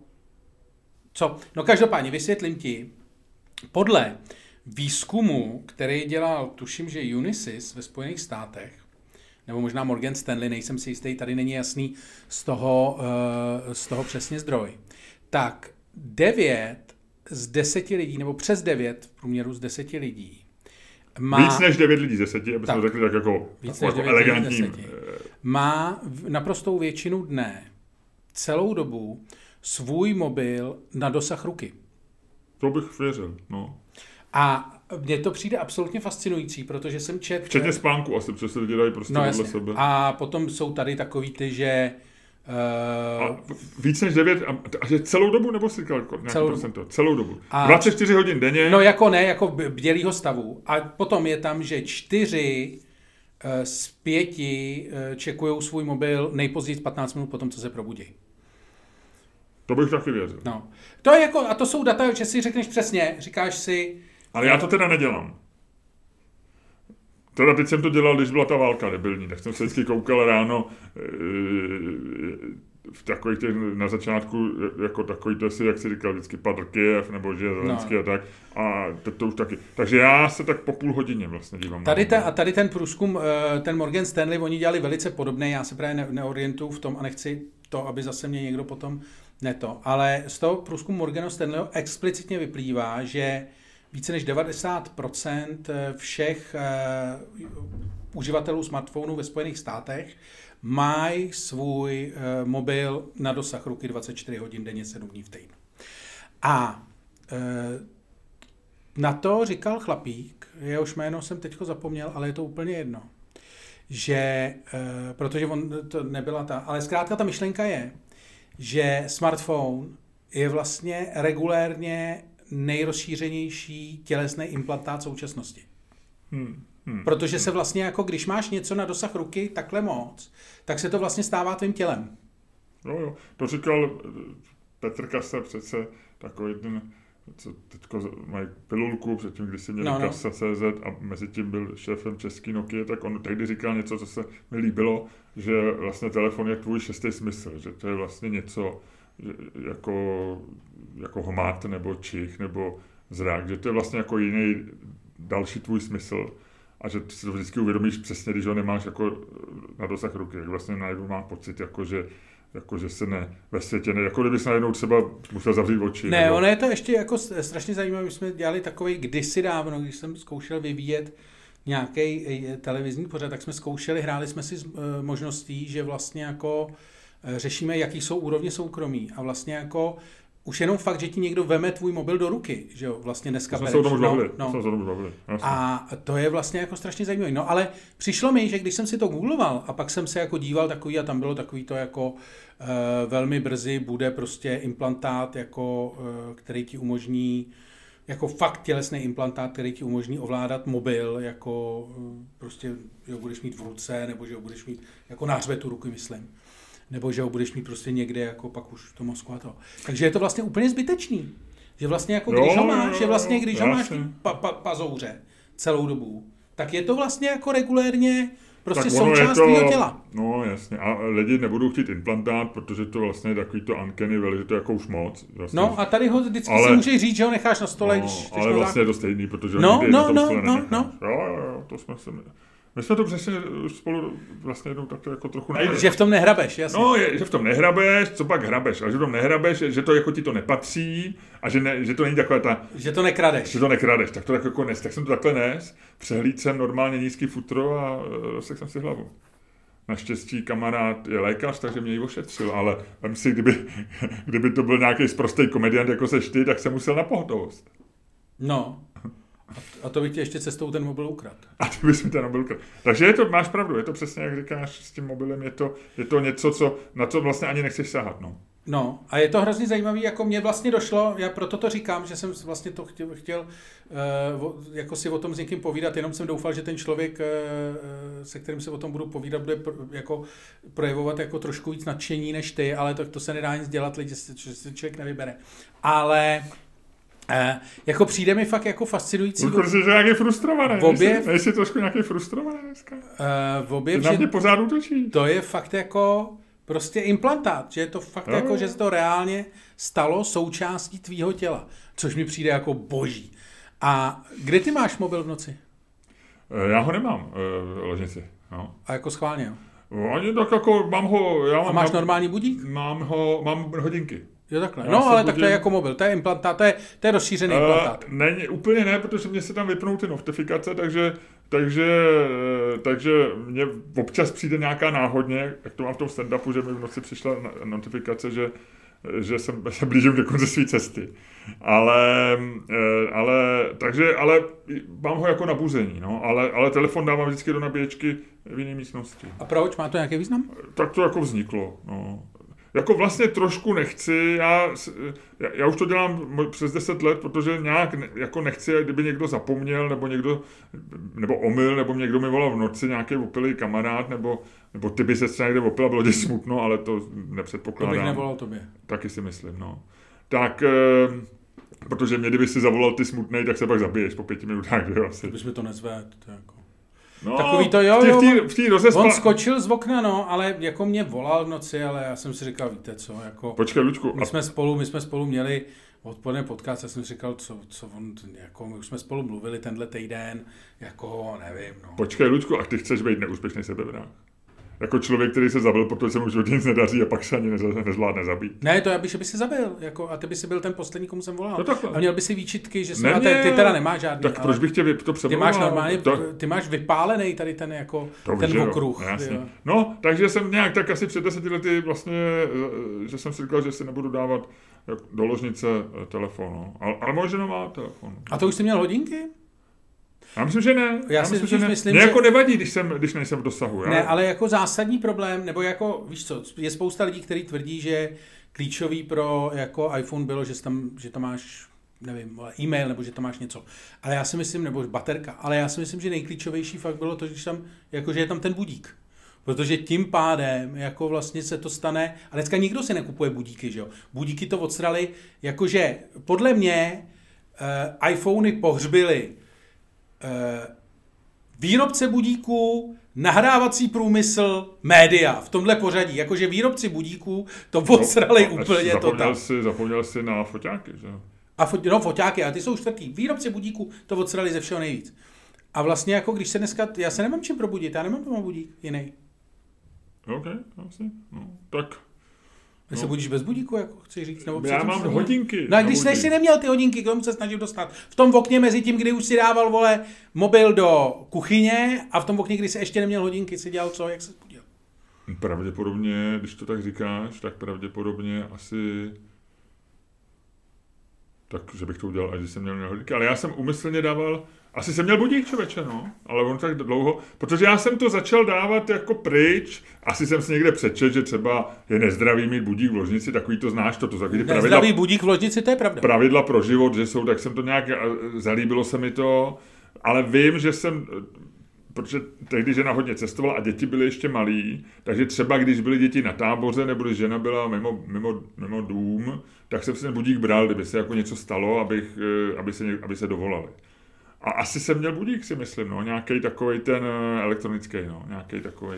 co? No každopádně, vysvětlím ti, podle výzkumu, který dělal, tuším, že Unisys ve Spojených státech, nebo možná Morgan Stanley, nejsem si jistý, tady není jasný z toho, e, z toho přesně zdroj, tak devět z deseti lidí, nebo přes devět v průměru z deseti lidí, Má, víc než devět lidí ze deseti, aby jsme řekli tak jako, víc jako elegantním. Má naprostou většinu dne celou dobu svůj mobil na dosah ruky. To bych věřil, no. A mně to přijde absolutně fascinující, protože jsem četl... Včetně spánku asi, protože se lidi dají prostě no, vedle jasně. sebe. A potom jsou tady takový ty, že... Uh, a víc než devět, a, a že celou dobu, nebo si říkal nějaký celou procento? Celou dobu. A, dvacet čtyři hodin denně? No jako ne, jako bdělýho stavu. A potom je tam, že čtyři uh, z pěti uh, čekujou svůj mobil nejpozději patnáct minut potom, co se probudí. To bych taky věřil. No. To je jako, a to jsou data, že si řekneš přesně, říkáš si... Ale já to teda nedělám. Teda teď jsem to dělal, když byla ta válka debilní, tak jsem se vždycky koukal ráno e, v takových těch, na začátku, jako takový to si, jak si říkal, vždycky padl Kyjev, nebo že Zelenský no. a tak. A to, to už taky. Takže já se tak po půl hodině vlastně dívám. Tady ta, a tady ten průzkum, ten Morgan Stanley, oni dělali velice podobný, já se právě ne, neorientuju v tom a nechci to, aby zase mě někdo potom neto. Ale z toho průzkumu Morgana Stanleyho explicitně vyplývá, že více než devadesát procent všech uh, uživatelů smartphonů ve Spojených státech mají svůj uh, mobil na dosah ruky dvacet čtyři hodin denně, sedm dní v týdnu. A uh, na to říkal chlapík, jehož jméno jsem teďko zapomněl, ale je to úplně jedno, že, uh, protože on, to nebyla ta, ale zkrátka ta myšlenka je, že smartphone je vlastně regulérně nejrozšířenější tělesný implantát současnosti. Hmm, hmm, Protože hmm. se vlastně jako, když máš něco na dosah ruky takhle moc, tak se to vlastně stává tvým tělem. Jo, jo. To říkal Petr Kasa přece, takový ten, co teďko mají pilulku, předtím, když si měli no, no. Kasa tečka cé zet a mezi tím byl šéfem český Nokia, tak on tehdy říkal něco, co se mi líbilo, že vlastně telefon je tvůj šestý smysl, že to je vlastně něco, jako, jako hmat, nebo čich, nebo zrak, že to je vlastně jako jiný další tvůj smysl a že si to vždycky uvědomíš přesně, když ho nemáš jako na dosah ruky, jak vlastně najednou má pocit, jako že, jako že se ne, ve světě ne, jako kdybys najednou třeba musel zavřít oči. Ne, nebo... ono je to ještě jako strašně zajímavé, my jsme dělali takovej kdysi dávno, když jsem zkoušel vyvíjet nějaký televizní pořad, tak jsme zkoušeli, hráli jsme si možností, že vlastně jako řešíme, jaký jsou úrovně soukromí a vlastně jako už jenom fakt, že ti někdo veme tvůj mobil do ruky, že jo, vlastně dneska bereš. No, no. no. A to je vlastně jako strašně zajímavé. No ale přišlo mi, že když jsem si to googloval a pak jsem se jako díval takový a tam bylo takový to jako uh, velmi brzy bude prostě implantát, jako, uh, který ti umožní jako fakt tělesný implantát, který ti umožní ovládat mobil, jako uh, prostě, že ho budeš mít v ruce, nebo že ho budeš mít jako na hřbetu ruky, myslím. Nebo že ho budeš mít prostě někde, jako pak už to mozku a to. Takže je to vlastně úplně zbytečný. Že vlastně jako když jo, ho máš, že vlastně když jasný. ho máš v pa, pa, pazouře celou dobu, tak je to vlastně jako regulérně prostě součást tvýho těla. No jasně. A lidi nebudou chtít implantát, protože to vlastně je takový to uncanny valley, že to je jako už moc. Vlastně. No a tady ho vždycky ale, si můžeš říct, že ho necháš na stole, no, když... Ale vlastně je to stejný, protože no, nikdy no, na tom no, stole no, nenecháš. no. Jo, jo, jo, to jsme se... My jsme to přesně spolu vlastně jednou takto jako trochu... Ne... Že v tom nehrabeš, jasně. No, je, že v tom nehrabeš, co pak hrabeš, ale že v tom nehrabeš, že to jako ti to nepatří a že, ne, že to není takové ta... Že to nekradeš. Že to nekradeš, tak to tak jako nes. Tak jsem to takhle nes, přehlíd jsem normálně nízký futro a rozsek jsem si hlavu. Naštěstí kamarád je lékař, takže mě ji ošetřil, ale vem si, kdyby, kdyby to byl nějaký sprostej komediant jako seš ty, tak jsem musel na pohotovost. No. A to bych tě ještě cestou ten mobil ukradl. A ty bys mi ten mobil ukradl. Takže je to, máš pravdu, je to přesně, jak říkáš, s tím mobilem je to, je to něco, co, na co vlastně ani nechceš sahat, no. No, a je to hrozně zajímavý, jako mě vlastně došlo, já proto to říkám, že jsem vlastně to chtěl, chtěl uh, jako si o tom s někým povídat, jenom jsem doufal, že ten člověk, uh, se kterým se o tom budu povídat, bude pro, jako projevovat jako trošku víc nadšení než ty, ale to, to se nedá nic dělat, lidi, že se člověk nevybere. Ale... Uh, jako přijde mi fakt jako fascinující. Luko, jsi nějaký frustrovaný. Objev, nejsi trošku nějaký frustrovaný dneska? Uh, objev, na mě pořád útočí. To je fakt jako prostě implantát, že je to fakt no. jako, že se to reálně stalo součástí tvýho těla, což mi přijde jako boží. A kde ty máš mobil v noci? Já ho nemám v ložnici. No. A jako schválně, jo? Ani tak jako mám ho... Já mám, A máš normální budík? Mám ho, mám hodinky. Jo, takhle. No, ale budím... tak to je jako mobil, to je implantát, to je, to je rozšířený uh, implantát. Ne, úplně ne, protože mě se tam vypnou ty notifikace, takže, takže, takže mě občas přijde nějaká náhodně, jak to mám v tom stand-upu, že mi v noci přišla notifikace, že, že jsem se blížím do konce své cesty. Ale, ale, takže, ale mám ho jako nabuzení, no, ale, ale telefon dávám vždycky do nabíječky v jiné místnosti. A proč? Má to nějaký význam? Tak to jako vzniklo, no. Jako vlastně trošku nechci, já, já, já už to dělám přes deset let, protože nějak ne, jako nechci, kdyby někdo zapomněl, nebo někdo, nebo omyl, nebo někdo mi volal v noci, nějaký opilý kamarád, nebo, nebo ty by se třeba někde opil a bylo ti smutno, ale to nepředpokládám. To bych nevolal tobě. Taky si myslím, no. Tak, e, protože mě, kdyby si zavolal ty smutnej, tak se pak zabiješ po pěti minutách, že jo, asi. Kdybys mi to nezvedl, to je jako... No, takový to jo, jo, v tý, v tý rozespa... on skočil z okna, no, ale jako mě volal v noci, ale já jsem si říkal, víte co, jako... Počkej, Lučku. My jsme spolu, my jsme spolu měli odpoledne podcast, já jsem si říkal, co, co on, jako my už jsme spolu mluvili tenhle týden, jako nevím, no. Počkej, Lučku, a ty chceš být neúspěšný sebevrah? Jako člověk, který se zabil, protože se mu životě nic nedaří a pak se ani nezvládne zabít. Ne, to já bych, že by si zabil, jako, a ty by si byl ten poslední, komu jsem volal. No a měl by si výčitky, že jsem, a ty, ty teda nemáš žádný. Tak proč bych tě to převolal? Ty máš normálně, to... ty máš vypálený tady ten jako, to ten víš, okruh. No, no, takže jsem nějak tak asi před deseti lety vlastně, že jsem si říkal, že si nebudu dávat do ložnice telefonu. Ale, ale moje žena má telefon. A to už jsi měl hodinky? Já myslím, že ne. Já, já si myslím, že ne. myslím, Mě že... jako nevadí, když, jsem, když nejsem v dosahu. Já... Ne, ale jako zásadní problém, nebo jako, víš co, je spousta lidí, kteří tvrdí, že klíčový pro jako iPhone bylo, že tam, že tam máš, nevím, e-mail, nebo že tam máš něco. Ale já si myslím, nebo baterka, ale já si myslím, že nejklíčovější fakt bylo to, že tam, jako, že je tam ten budík. Protože tím pádem, jako vlastně se to stane, a dneska nikdo si nekupuje budíky, že jo. Budíky to odsrali, jakože podle mě uh, iPhony pohřbily uh, výrobce budíků, nahrávací průmysl, média, v tomhle pořadí. Jakože výrobci budíků to odsrali no, úplně to tam. Si, zapomněl si na foťáky, že jo? A fo, no, foťáky, a ty jsou čtvrtý. Výrobci budíků to odsrali ze všeho nejvíc. A vlastně jako když se dneska, já se nemám čím probudit, já nemám doma budík jiný. OK, asi, no, tak. Ty no. se budíš bez budíku, jako chci říct? Nebo já mám hodinky. No a když jsi neměl ty hodinky, k tomu se snažil dostat. V tom okně mezi tím, kdy už si dával, vole, mobil do kuchyně a v tom okně, kdy jsi ještě neměl hodinky, si dělal co, jak se budil? Pravděpodobně, když to tak říkáš, tak pravděpodobně asi... Tak, že bych to udělal, až když jsem měl, měl hodinky. Ale já jsem úmyslně dával... Asi jsem měl budík, člověče, no, ale on tak dlouho, protože já jsem to začal dávat jako pryč, asi jsem si někde přečet, že třeba je nezdravý mít budík v ložnici, takový to znáš, to, to za kdy pravidla... Nezdravý budík v ložnici, to je pravda. Pravidla pro život, že jsou, tak jsem to nějak, zalíbilo se mi to, ale vím, že jsem, protože tehdy žena hodně cestovala a děti byly ještě malí, takže třeba když byly děti na táboře, nebo když žena byla mimo, mimo, mimo dům, tak jsem si ten budík bral, kdyby se jako něco stalo, abych, aby, se, aby se dovolali. A asi jsem měl budík, si myslím, no, nějaký takovej ten elektronický, no, nějaký takovej.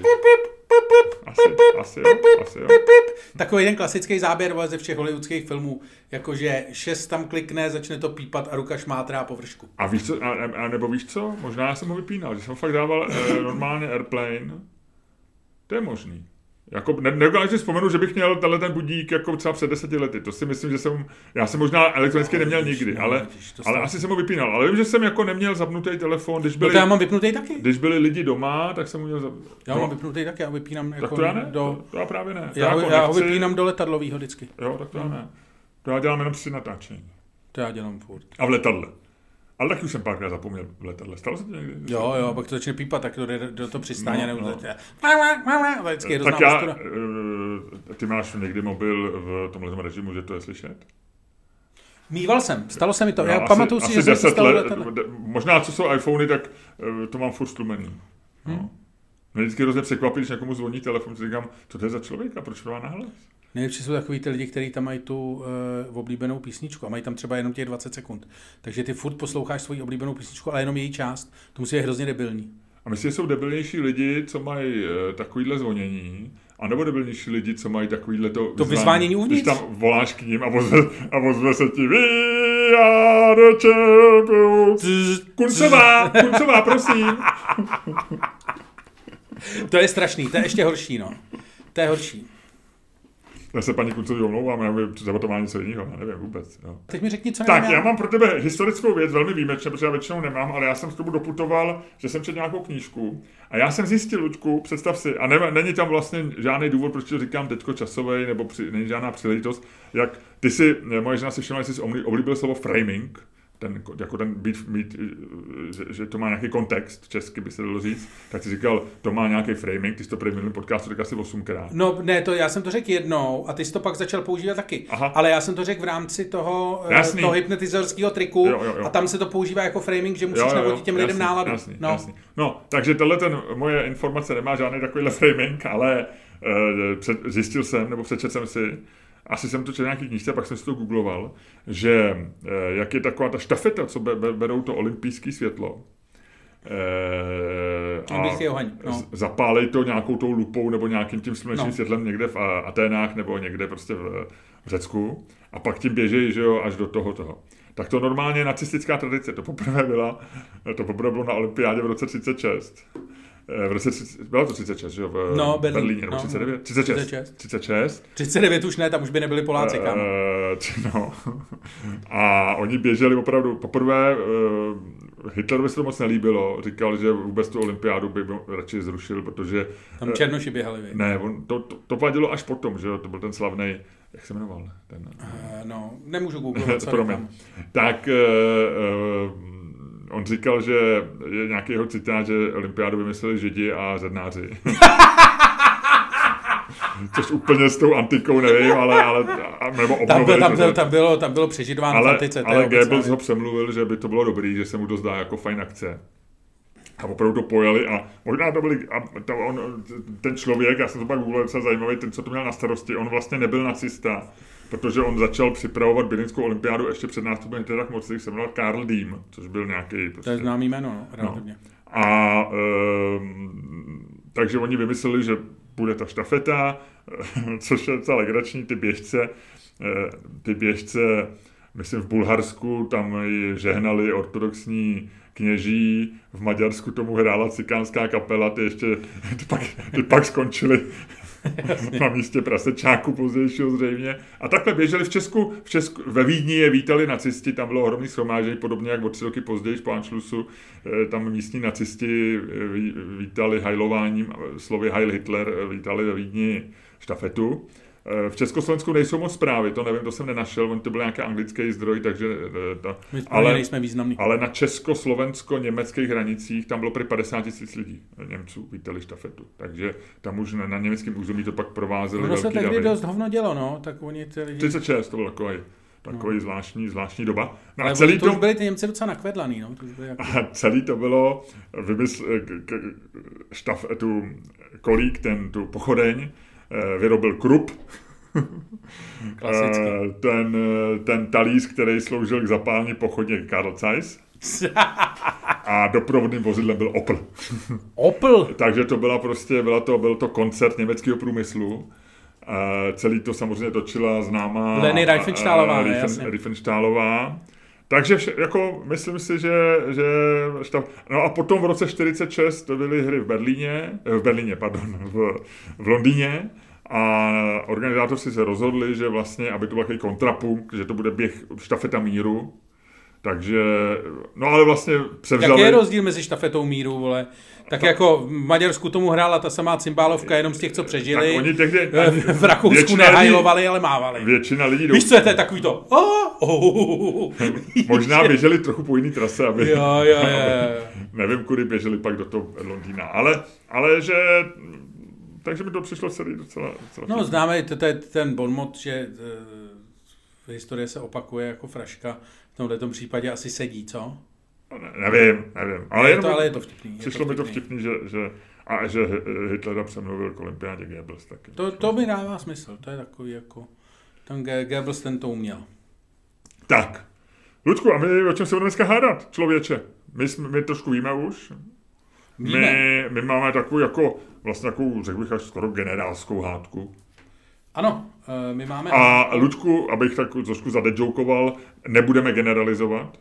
Asi, asi jo, asi jo. Takový ten klasický záběr ze všech hollywoodských filmů, jakože šest tam klikne, začne to pípat a ruka šmátrá po vršku. A víš co, a, a nebo víš co, možná já jsem ho vypínal, že jsem fakt dával eh, normálně Airplane, to je možný. Jako, ne, nedokážu si vzpomenu, že bych měl tenhle ten budík jako třeba před deseti lety. To si myslím, že jsem, já jsem možná elektronicky neměl nikdy, ale, ale asi jsem ho vypínal. Ale vím, že jsem jako neměl zapnutý telefon, když byli, no to já mám vypnutý taky. Když byli lidi doma, tak jsem ho měl zapnutý. Já mám vypnutý taky, já ho vypínám tak jako to já ne, do... to, to já právě ne. Já, já, jako já ho vypínám do letadlovýho vždycky. Jo, tak to já ne. To já dělám jenom při natáčení. To já dělám furt. A v letadle. Ale taky už jsem párkrát zapomněl v letadle. Stalo se to někdy? Jo, jo, pak to začne pípat, tak to jde do toho přistání no, a nebude. No. Tak já, postura. Ty máš někdy mobil v tomhle režimu, že to je slyšet? Mýval jsem, stalo se mi to. No, já asi, pamatuju si, že deset se stalo let, možná co jsou iPhony, tak to mám furt stlumený. No. Hmm. Mě vždycky hrozně překvapí, když někomu zvoní telefon, si říkám, co to je za člověka, proč to má nahlas? Nejlepší jsou takový ty lidi, kteří tam mají tu uh, oblíbenou písničku a mají tam třeba jenom těch dvacet sekund. Takže ty furt posloucháš svoji oblíbenou písničku, ale jenom její část. To musí být hrozně debilní. A myslím, že jsou debilnější lidi, co mají uh, takovýhle zvonění, anebo debilnější lidi, co mají takovýhle to, to vyzvánění uvnitř. Když tam voláš k ním a ozve, a ozve se ti We are the champions. Kuncová, Kuncová, prosím. To je strašný, to je ještě horší, no. To je horší. Já se paní Kucovi omlouvám, já vím, třeba to má něco jiného, já nevím vůbec. Jo. Teď mi řekni, co Tak, já mám pro tebe historickou věc, velmi výjimečně, protože já většinou nemám, ale já jsem k tomu doputoval, že jsem četl nějakou knížku a já jsem zjistil, Luďku, představ si, a ne, není tam vlastně žádný důvod, proč to říkám teďko časovej, nebo při, není žádná příležitost, jak ty si, moje žena si všimla, že jsi oblíbil slovo framing, ten, jako ten být, mít, že, že to má nějaký kontext, česky by se dalo říct, tak ty říkal, to má nějaký framing, ty jsi to první minulý podcastu řekl asi osmkrát. No ne, to já jsem to řekl jednou a ty jsi to pak začal používat taky. Aha. Ale já jsem to řekl v rámci toho, Jasný. toho hypnotizorského triku jo, jo, jo. a tam se to používá jako framing, že musíš jo, jo, navodit těm lidem jasný, náladu. Jasný, no. Jasný. no, takže tohle ten moje informace nemá žádný takovýhle framing, ale uh, před, zjistil jsem, nebo přečetl jsem si, asi jsem to četl nějaký knížce, pak jsem si to googloval, že uh, jak je taková ta štafeta, co be, be, berou to olympijské světlo, Uh, a oheň, no. zapálej to nějakou tou lupou nebo nějakým tím slunečním no. světlem někde v Aténách nebo někde prostě v, v Řecku a pak tím běžejí, že jo, až do toho toho. Tak to normálně je nacistická tradice. To poprvé byla, to poprvé bylo na olympiádě v roce třicet šest. V roce třicet, bylo to třicet šest, že jo, v no, Berlín, Berlíně, nebo no, třicet devět? třicet šest. třicet šest. třicet šest. třicet devět už ne, tam už by nebyli Poláci, kam. Uh, no. A oni běželi opravdu poprvé, uh, Hitlerovi se to moc nelíbilo, říkal, že vůbec tu olympiádu by radši zrušil, protože... Tam černoši běhali, vy. Ne, on, to, to, to vadilo až potom, že jo, to byl ten slavnej, jak se jmenoval? Ten, uh, no, nemůžu googlovat, co říkám. Tak uh, uh, on říkal, že je nějaký jeho citát, že olympiádu vymysleli Židi a zednáři. Což úplně s tou antikou nevím, ale, ale nebo obnovili. Tam, byl, tam, byl, tam, bylo, tam bylo přežitováno v antice. Ale Goebbels ho přemluvil, že by to bylo dobrý, že se mu to zdá jako fajn akce. A opravdu to pojali a možná to byli, a to on, ten člověk, já jsem to pak googlil, docela zajímavý, ten, co to měl na starosti, on vlastně nebyl nacista, protože on začal připravovat berlínskou olympiádu ještě před nástupem Hitlera k moci, se jmenoval Karl Diem, což byl nějaký... Prostě, to je známý jméno, no, relativně. No. A um, takže oni vymysleli, že bude ta štafeta, což je docela legrační, ty běžce, ty běžce, myslím v Bulharsku, tam žehnali ortodoxní kněží, v Maďarsku tomu hrála cikánská kapela, ty ještě, ty pak, ty pak skončili na místě prasečáku pozdějšího zřejmě. A takhle běželi v Česku, v Česku, ve Vídni je vítali nacisti, tam bylo ohromný shromáždění, podobně jak o tři roky později po Anschlussu, tam místní nacisti vítali hajlováním, slovy Heil Hitler, vítali ve Vídni štafetu. V Československu nejsou moc zprávy, to nevím, to jsem nenašel, on to byl nějaký anglický zdroj, takže... Ta, ale, nejsme významný. Ale na československo-německých hranicích tam bylo prý padesát tisíc lidí, Němců vítali štafetu, takže tam už na, na německém území to pak provázeli velký davy. Ono se tehdy davy. dost hovno dělo, no, tak oni ty lidi... třicet šest, to byl takový, takový no. zvláštní, zvláštní doba. No ale a celý to, to už byli ty Němci docela nakvedlaný, no. To už byli jako... A celý to bylo, vymysl, k, k, štaf, tu kolík, ten, tu pochodeň, vyrobil Krupp, ten, ten talíř, který sloužil k zapálení pochodně Carl Zeiss a doprovodným vozidlem byl Opel. Opel? Takže to byla prostě, byla to, byl to koncert německého průmyslu. Celý to samozřejmě točila známá Leni Riefenstahlová, uh, Riefen, Riefenstahlová. Takže vše, jako myslím si, že, že štav... No a potom v roce čtyřicet šest byly hry v Berlíně, v Berlíně, pardon, v, v Londýně a organizátoři se rozhodli, že vlastně, aby to byl takový kontrapunkt, že to bude běh štafeta míru. Takže, no ale vlastně převzali... Jaký je rozdíl mezi štafetou míru, vole? Tak to... jako v Maďarsku tomu hrála ta samá cymbálovka, jenom z těch, co přežili. Tak oni tehdy, v Rakousku nehajlovali, ale mávali. Většina lidí... Víš co je, to je takový to... Oh, oh. Možná běželi trochu po jiný trase, aby... Jo, jo, jo. Nevím, kudy běželi pak do toho Londýna, ale, ale že... Takže mi to přišlo celý docela... docela no známe, to je ten bonmot, že v historii se opakuje jako fraška. V tomto případě asi sedí, co? Ne, nevím, nevím. Ale, je to, ale je to vtipný. Přišlo je to mi to vtipný, že, že, a že Hitlera přemluvil k olympiádě Goebbels taky. To, to mi dává smysl, to je takový jako... Ten Goebbels ten to uměl. Tak. Ludku, a my o čem se budeme dneska hádat, člověče? My, jsme, my trošku víme už. Víme. My, my máme takovou jako, vlastně takovou, řekl bych, až skoro generálskou hádku. Ano, my máme... A Luďku, abych tak trošku zadedžoukoval, nebudeme generalizovat.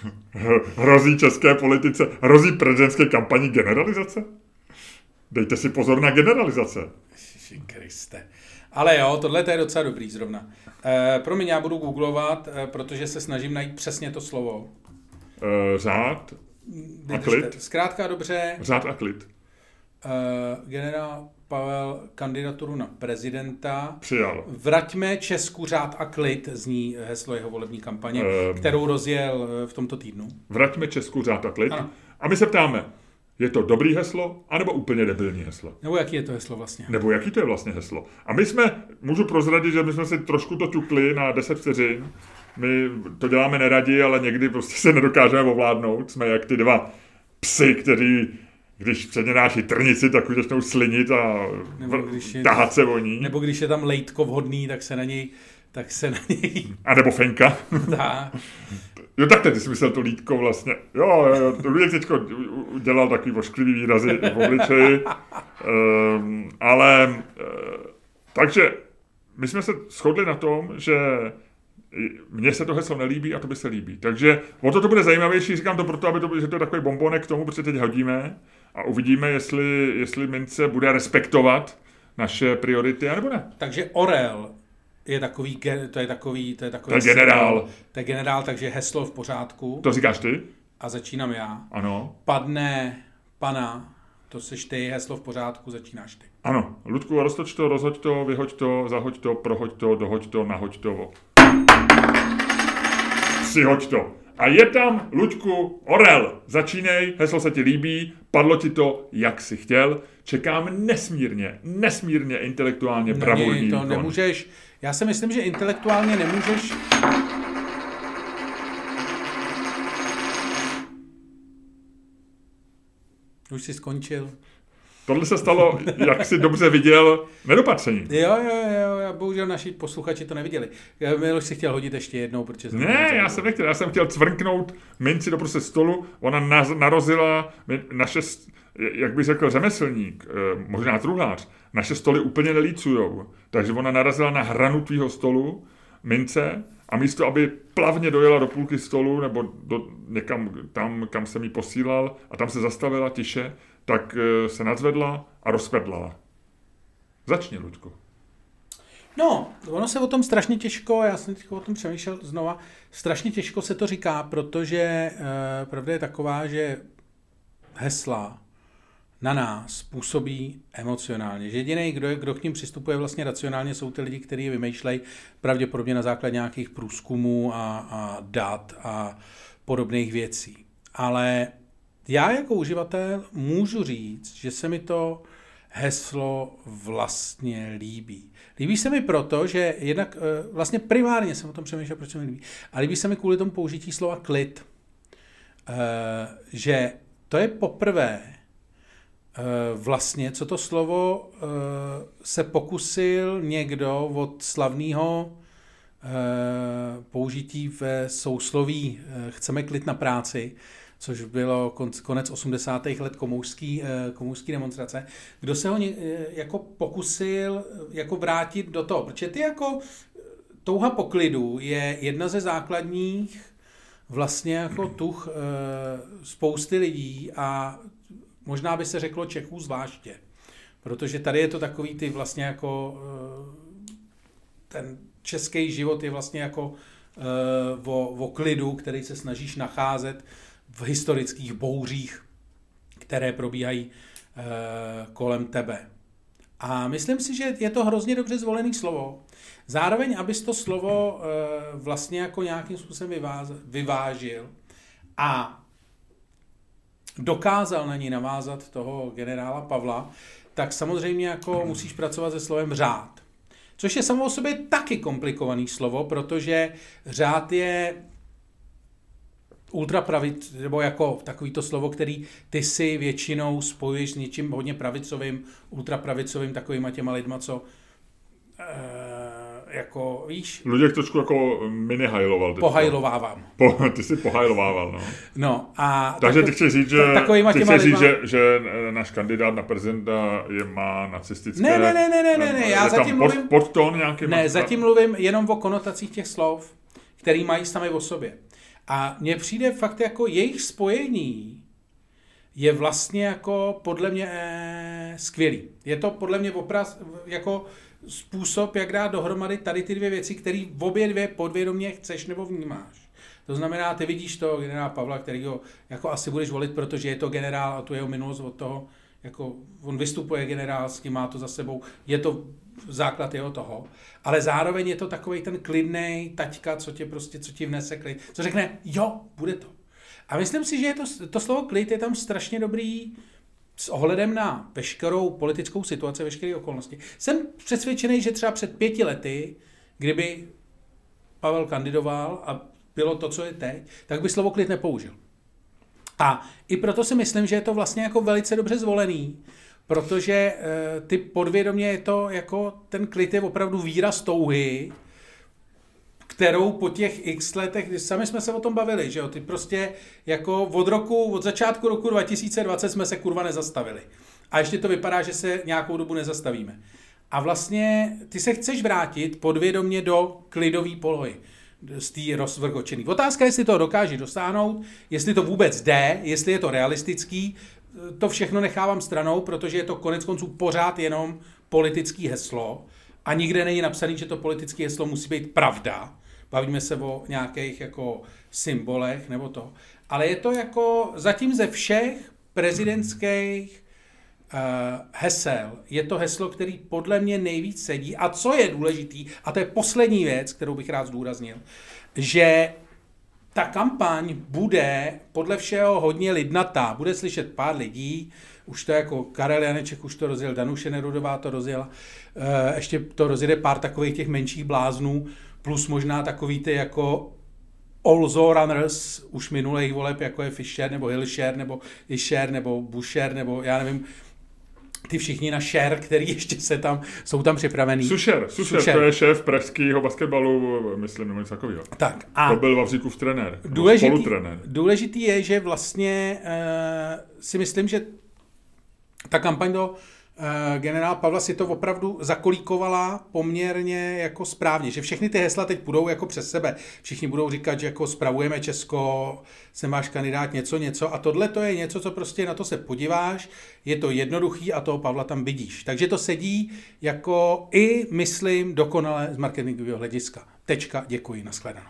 Hrozí české politice, hrozí prezidentské kampani generalizace? Dejte si pozor na generalizace. Ježiši Kriste. Ale jo, tohle je docela dobrý zrovna. E, promiň, já budu googlovat, e, protože se snažím najít přesně to slovo. E, řád a klid. Zkrátka dobře. Řád a klid. E, generál Pavel kandidaturu na prezidenta. Přijal. Vraťme Česku řád a klid, zní heslo jeho volební kampaně, e, kterou rozjel v tomto týdnu. Vraťme Česku řád a klid. Ano. A my se ptáme, je to dobrý heslo, anebo úplně debilní heslo? Nebo jaký je to heslo vlastně? Nebo jaký to je vlastně heslo? A my jsme, můžu prozradit, že my jsme si trošku to ťukli na deset vteřin. My to děláme neradi, ale někdy prostě se nedokážeme ovládnout. Jsme jak ty dva psy, kteří, když před ně dáš trnici, tak už začnou slinit a tahat se o ní. Nebo když je tam lejtko vhodný, tak se na něj... Tak se na něj... A nebo fenka. Dá. Jo, tak ty jsi myslel to lítko vlastně. Jo, jo, Luděk teďko dělal takový ošklivý výrazy v obličeji. Um, ale, uh, takže my jsme se shodli na tom, že mně se to heslo nelíbí a to by se líbí. Takže o to to bude zajímavější, říkám to proto, aby to, že to je takový bombonek k tomu, protože teď hodíme a uvidíme, jestli, jestli mince bude respektovat naše priority, anebo ne. Takže Orel je takový, to je takový, to je takový... To je generál. To je generál, takže heslo v pořádku. To říkáš ty? A začínám já. Ano. Padne pana, to seš ty, heslo v pořádku, začínáš ty. Ano. Ludku, roztoč to, rozhoď to, vyhoď to, zahoď to, prohoď to, dohoď to, nahoď to. Přihoď to. A je tam, Luďku, Orel. Začínej, heslo se ti líbí, padlo ti to, jak jsi chtěl. Čekám nesmírně, nesmírně intelektuálně bravurní to výkon. nemůžeš, já si myslím, že intelektuálně nemůžeš... Už jsi skončil. Tohle se stalo, jak jsi dobře viděl, nedopatření. Jo, jo, jo, já bohužel naši posluchači to neviděli. Miloš si chtěl hodit ještě jednou, protože... Ne, já jsem nechtěl, já jsem chtěl cvrknout minci do prostě stolu, ona narozila naše, jak bych řekl, řemeslník, možná truhlář, naše stoly úplně nelícujou. Takže ona narazila na hranu tvýho stolu, mince, a místo, aby plavně dojela do půlky stolu, nebo do, někam tam, kam jsem jí posílal, a tam se zastavila tiše, tak se nadzvedla a rozpedlala. Začni, Luďku. No, ono se o tom strašně těžko, já jsem o tom přemýšlel znova, strašně těžko se to říká, protože e, pravda je taková, že hesla na nás působí emocionálně. Že jediný, kdo, je, kdo k ním přistupuje vlastně racionálně, jsou ty lidi, kteří je vymýšlejí pravděpodobně na základě nějakých průzkumů a, a dat a podobných věcí. Ale já jako uživatel můžu říct, že se mi to heslo vlastně líbí. Líbí se mi proto, že jednak vlastně primárně jsem o tom přemýšlel, proč se mi líbí, a líbí se mi kvůli tomu použití slova klid. Že to je poprvé vlastně, co to slovo se pokusil někdo od slavného použití ve sousloví chceme klid na práci, což bylo konec osmdesátých let komoušský, komoušský demonstrace, kdo se ho ně, jako pokusil jako vrátit do toho, protože ty jako touha po klidu je jedna ze základních vlastně jako tuch spousty lidí a možná by se řeklo Čechů zvláště, protože tady je to takový ty vlastně jako ten český život je vlastně jako o, o klidu, který se snažíš nacházet v historických bouřích, které probíhají e, kolem tebe. A myslím si, že je to hrozně dobře zvolený slovo. Zároveň, abys to slovo e, vlastně jako nějakým způsobem vyváz, vyvážil a dokázal na ní navázat toho generála Pavla, tak samozřejmě jako musíš pracovat se slovem řád. Což je samo o sobě taky komplikovaný slovo, protože řád je ultrapravit, nebo jako takovýto slovo, který ty si většinou spojuješ s něčím hodně pravicovým, ultrapravicovým, takovýma těma lidma, co e, jako, víš? Luděk trošku jako mini-hajloval. Pohajlovávám. Po, ty jsi pohajlovával, no. No a... Takže tako, ty chceš říct, že, ty chceš říct že, že náš kandidát na prezidenta je, má nacistické... Ne, ne, ne, ne, ne, ne, ne. já zatím pod, mluvím... Podtón nějaký... Ne, zatím mluvím jenom o konotacích těch slov, který mají sami o sobě. A mně přijde fakt jako jejich spojení je vlastně jako podle mě eh, skvělý. Je to podle mě opras, jako způsob, jak dát dohromady tady ty dvě věci, které v obě dvě podvědomě chceš nebo vnímáš. To znamená, ty vidíš to generála Pavla, kterýho jako asi budeš volit, protože je to generál a tu jeho minulost od toho, jako on vystupuje generálsky, má to za sebou, je to základ jeho toho, ale zároveň je to takovej ten klidnej taťka, co tě prostě, co ti vnese klid, co řekne, jo, bude to. A myslím si, že je to, to slovo klid je tam strašně dobrý s ohledem na veškerou politickou situaci, veškeré okolnosti. Jsem přesvědčený, že třeba před pěti lety, kdyby Pavel kandidoval a bylo to, co je teď, tak by slovo klid nepoužil. A i proto si myslím, že je to vlastně jako velice dobře zvolený, protože e, ty podvědomě je to jako ten klid je opravdu výraz touhy, kterou po těch x letech, když sami jsme se o tom bavili, že jo, ty prostě jako od roku, od začátku roku dva tisíce dvacet jsme se kurva nezastavili. A ještě to vypadá, že se nějakou dobu nezastavíme. A vlastně ty se chceš vrátit podvědomě do klidové polohy z té rozvrkočený. Otázka je, jestli to dokáže dosáhnout, jestli to vůbec jde, jestli je to realistický, to všechno nechávám stranou, protože je to konec konců pořád jenom politický heslo a nikde není napsaný, že to politické heslo musí být pravda. Bavíme se o nějakých jako symbolech nebo to. Ale je to jako zatím ze všech prezidentských uh, hesel je to heslo, který podle mě nejvíc sedí. A co je důležitý, a to je poslední věc, kterou bych rád zdůraznil, že ta kampaň bude podle všeho hodně lidnatá. Bude slyšet pár lidí, už to jako Karel Janeček už to rozjel, Danuše Nerudová to rozjela, uh, ještě to rozjede pár takových těch menších bláznů, plus možná takový ty jako also runners už minulých voleb, jako je Fischer, nebo Hilšer, nebo Ischer, nebo Buscher, nebo já nevím, ty všichni na Šer, který ještě se tam, jsou tam připravený. Sušer, Sušer, to je šéf pražského basketbalu, myslím, nebo něco takového. Tak. A to byl Vavříkův trenér, důležitý, spolutrenér. Důležitý je, že vlastně uh, si myslím, že ta kampaň do generál Pavla si to opravdu zakolíkovala poměrně jako správně, že všechny ty hesla teď půjdou jako přes sebe. Všichni budou říkat, že jako spravujeme Česko, jsem váš kandidát, něco, něco a tohle to je něco, co prostě na to se podíváš, je to jednoduchý a toho Pavla tam vidíš. Takže to sedí jako i, myslím, dokonale z marketingového hlediska. Tečka, děkuji, nashledanou.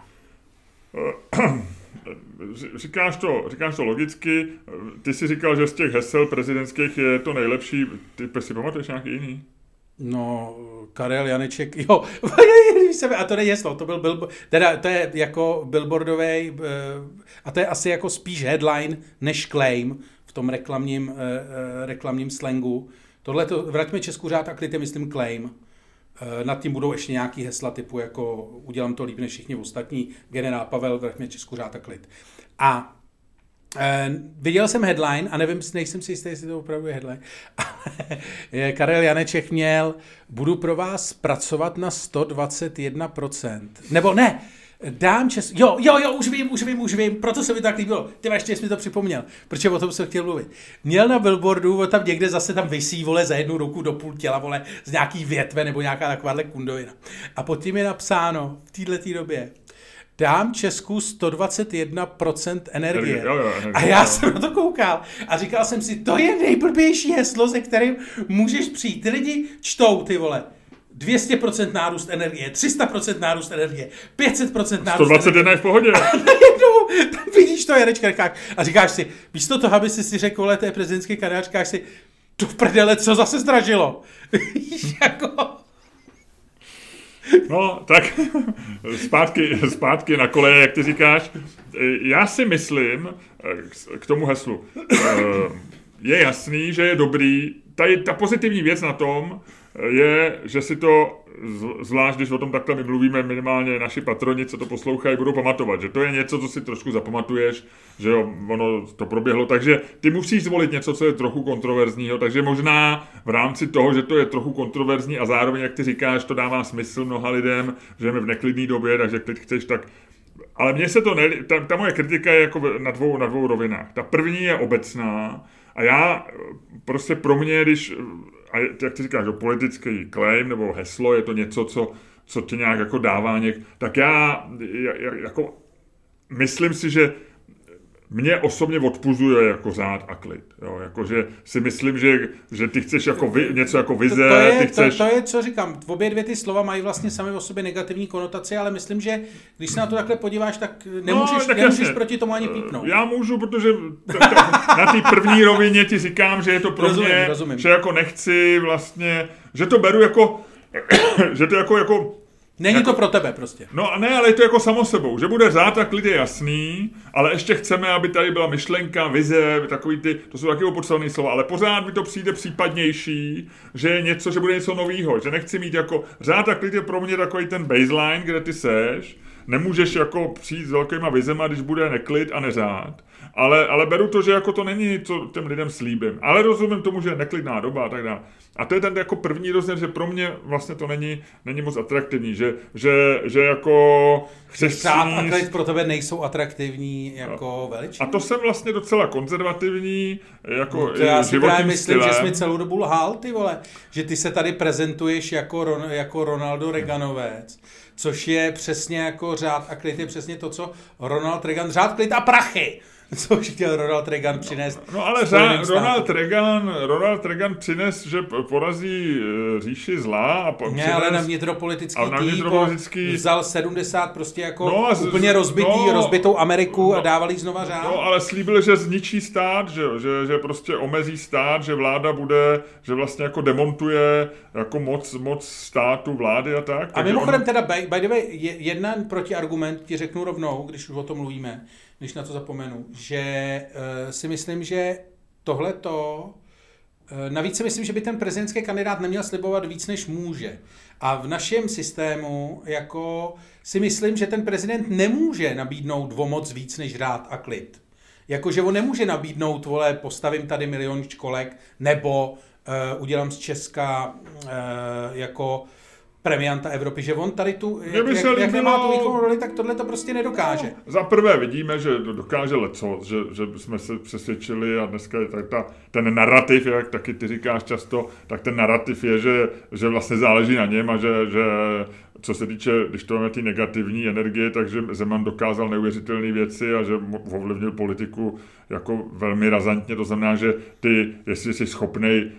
Říkáš to, říkáš to logicky, ty jsi říkal, že z těch hesel prezidentských je to nejlepší, ty si pamatuješ nějaký jiný? No, Karel Janeček, jo, a to není heslo, to byl billboard, teda to je jako billboardový, a to je asi jako spíš headline než claim v tom reklamním, reklamním slangu. Tohle to, vraťme Česku řád a klid je, myslím, claim. Nad tím budou ještě nějaký hesla typu jako udělám to líp než všichni ostatní, generál Pavel, vraťme Česku řád a klid. A e, viděl jsem headline, a nevím, nejsem si jistý, jestli to opravdu je headline, ale Karel Janeček měl, budu pro vás pracovat na sto dvacet jedna procent. Nebo ne, dám čes... Jo, jo, jo, už vím, už vím, už vím, proto se mi tak líbilo. Ty ještě jsi mi to připomněl, protože o tom jsem chtěl mluvit. Měl na billboardu, tam někde zase tam visí, vole, za jednu ruku do půl těla, vole, z nějaký větve nebo nějaká takováhle kundovina. A pod tím je napsáno v této době, dám Česku sto dvacet jedna procent energie. Jo, jo, energie. A já jsem na to koukal a říkal jsem si, to je nejblbější heslo, se kterým můžeš přijít. Ty lidi čtou, ty vole. dvě stě procent nárůst energie, tři sta procent nárůst energie, pět set procent nárůst sto dvacet jedna je v pohodě. A najednou tam vidíš to Janečka a říkáš si, místo toho, aby si si řekl, vole, to je prezidentský kandidát, říkáš si, tu v prdele, co zase zdražilo? Víš, jako... No, tak zpátky, zpátky na koleje, jak ty říkáš. Já si myslím, k tomu heslu, je jasný, že je dobrý, ta, ta pozitivní věc na tom je, že si to, zvlášť když o tom takhle my mluvíme, minimálně naši patroni, co to poslouchají, budou pamatovat, že to je něco, co si trošku zapamatuješ, že jo, ono to proběhlo, takže ty musíš zvolit něco, co je trochu kontroverzního, takže možná v rámci toho, že to je trochu kontroverzní a zároveň, jak ty říkáš, to dává smysl mnoha lidem, že jsme v neklidné době, takže teď chceš tak... Ale mně se to ne... Ta, ta moje kritika je jako na dvou, na dvou rovinách. Ta první je obecná a já prostě pro mě, když... A jak ty říkáš, politický claim nebo heslo, je to něco, co, co tě nějak jako dává něk, tak já jako myslím si, že mě osobně odpuzuje jako řád a klid. Jo, jakože si myslím, že, že ty chceš jako vy, něco jako vize, to, to je, ty chceš... To, to je, co říkám, obě dvě ty slova mají vlastně sami o sobě negativní konotaci, ale myslím, že když se na to takhle podíváš, tak nemůžeš, no, tak nemůžeš proti tomu ani pípnout. Já můžu, protože t- t- na té první rovině ti říkám, že je to pro rozumím, mě, rozumím. že jako nechci vlastně, že to beru jako, že to jako, jako Není jako, to pro tebe prostě. No a ne, ale je to jako samo sebou, že bude řád a klid je jasný, ale ještě chceme, aby tady byla myšlenka, vize, takový ty, to jsou taky opodstatné slova, ale pořád mi to přijde případnější, že je něco, že bude něco novýho, že nechci mít jako, řád a klid je pro mě takový ten baseline, kde ty seš, nemůžeš jako přijít s velkýma vizema, když bude neklid a neřád. Ale, ale beru to, že jako to není, co těm lidem slíbím. Ale rozumím tomu, že je neklidná doba a tak dále. A to je ten jako první rozměr, že pro mě vlastně to není, není moc atraktivní, že, že, že jako chceš sníst... a klid pro tebe nejsou atraktivní jako veličiny. A to jsem vlastně docela konzervativní, jako no to já si právě myslím, stylem. že jsi mi celou dobu lhal, ty vole. Že ty se tady prezentuješ jako, Ron, jako Ronaldo Reaganovec, což je přesně jako řád a klid je přesně to, co Ronald Reagan, řád, klid a prachy. Co chtěl Ronald Reagan přinést? No, no ale řád, Ronald Reagan, Ronald Reagan přines, že porazí říši zla a po, ne, přines, ale na vnitropolitický na tým vnitropolitický... vzal sedmdesát prostě jako no z, úplně rozbitý, no, rozbitou Ameriku no, a dávali znova řád. No, ale slíbil, že zničí stát, že, že, že prostě omezí stát, že vláda bude, že vlastně jako demontuje jako moc, moc státu, vlády a tak. A mimochodem on... teda, by, by the way, jedna protiargument ti řeknu rovnou, když už o tom mluvíme, když na to zapomenu, že uh, si myslím, že tohleto, uh, navíc si myslím, že by ten prezidentský kandidát neměl slibovat víc, než může. A v našem systému jako si myslím, že ten prezident nemůže nabídnout o moc víc, než řád a klid. Jakože on nemůže nabídnout, vole, postavím tady milion školek, nebo uh, udělám z Česka uh, jako premianta Evropy, že on tady tu, jak, jak, jak nemá tu výkonnou roli, tak tohle to prostě nedokáže. No, za prvé vidíme, že dokáže lecos, že, že jsme se přesvědčili a dneska je tak ta, ten narrativ, jak taky ty říkáš často, tak ten narrativ je, že, že vlastně záleží na něm a že, že co se týče, když to máme ty negativní energie, takže Zeman dokázal neuvěřitelné věci a že ovlivnil politiku jako velmi razantně, to znamená, že ty, jestli jsi schopnej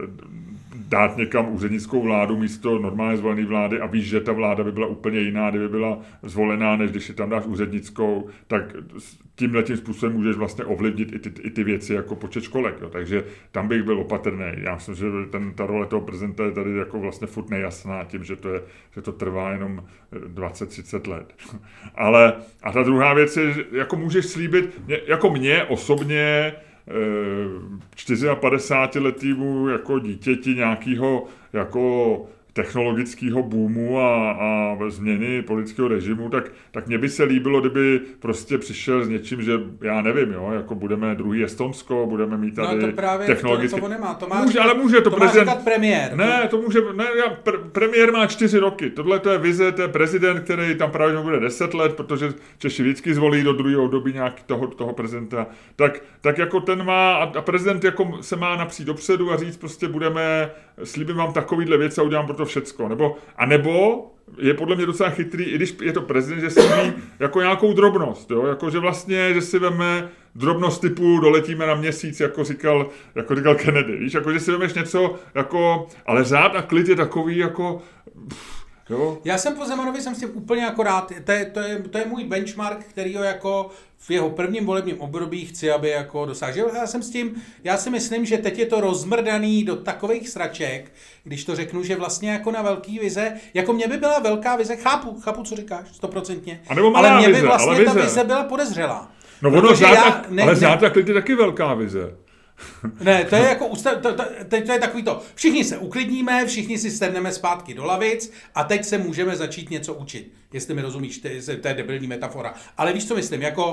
dát někam úřednickou vládu místo normálně zvolené vlády a víš, že ta vláda by byla úplně jiná, kdyby byla zvolená, než když si tam dáš úřednickou, tak tímhletím způsobem můžeš vlastně ovlivnit i ty, i ty věci jako počet školek. Jo. Takže tam bych byl opatrný. Já myslím, že ten, ta role toho prezidenta je tady jako vlastně furt nejasná tím, že to, je, že to trvá jenom dvacet třicet let. Ale a ta druhá věc je, že jako můžeš slíbit, jako mě osobně čtyřiapadesátiletýmu jako dítěti nějakého jako technologického boomu a, a změny politického režimu, tak, tak mně by se líbilo, kdyby prostě přišel s něčím, že já nevím, jo, jako budeme druhý Estonsko, budeme mít tady no to právě technologické... To, to nemá, to má může, říkat, ale může to, to prezident... má říkat premiér. Ne, to může, ne, já, pr- premiér má čtyři roky, tohle to je vize, to je prezident, který tam právě bude deset let, protože Češi vždycky zvolí do druhého období nějaký toho, toho prezidenta, tak, tak jako ten má, a prezident jako se má napřít dopředu a říct prostě budeme, slíbím vám takovýhle věci a udělám pro to všecko, nebo, a nebo je podle mě docela chytrý, i když je to prezident, že si ví jako nějakou drobnost, jo? Jako, že vlastně, že si veme drobnost typu doletíme na měsíc, jako říkal, jako říkal Kennedy, víš, jako, že si vemeš něco, jako, ale řád a klid je takový, jako, pff, jo? Já jsem po Zemanovi jsem s tím úplně akorát, to je, to je, to je můj benchmark, který ho jako v jeho prvním volebním období chci, aby jako dosáhl. Já jsem s tím, já si myslím, že teď je to rozmrdaný do takových sraček, když to řeknu, že vlastně jako na velký vize, jako mě by byla velká vize, chápu, chápu, co říkáš, stoprocentně, ale mě by vize, vlastně ale ta vize. vize byla podezřelá. No ono řád, ne, ale řád a klid je taky velká vize. Ne, to je jako ústav, to, to, to, to je takový to, všichni se uklidníme, všichni si sedneme zpátky do lavic a teď se můžeme začít něco učit, jestli mi rozumíš, to je, to je debilní metafora. Ale víš, co myslím, jako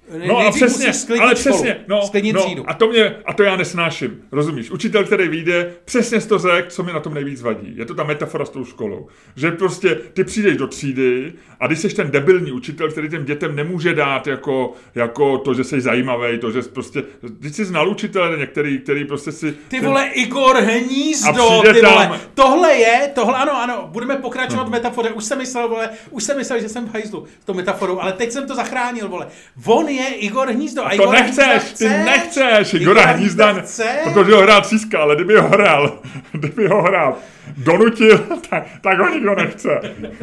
No a přesně, ale přesně, no, no třídu. a to mě, a to já nesnáším, rozumíš? Učitel, který vyjde, přesně to řekl, co mi na tom nejvíc vadí. Je to ta metafora s tou školou. Že prostě ty přijdeš do třídy a když jsi ten debilní učitel, který těm dětem nemůže dát jako, jako to, že jsi zajímavý, to, že jsi prostě, když jsi znal učitele některý, který prostě si... Ty vole, ten... Igor Hnízdo, ty tam... vole, tohle je, tohle ano, ano, budeme pokračovat v metafoře, už jsem myslel, vole, už jsem myslel, že jsem v hajzlu s tou metaforou, ale teď jsem to zachránil, vole. On je Igor Hnízdo. A, a to Igor nechceš, chce, ty nechceš Igora Hnízda, protože ho hrál Tříska, ale kdyby ho hrál, kdyby ho hrál, donutil, tak, tak ho nikdo nechce.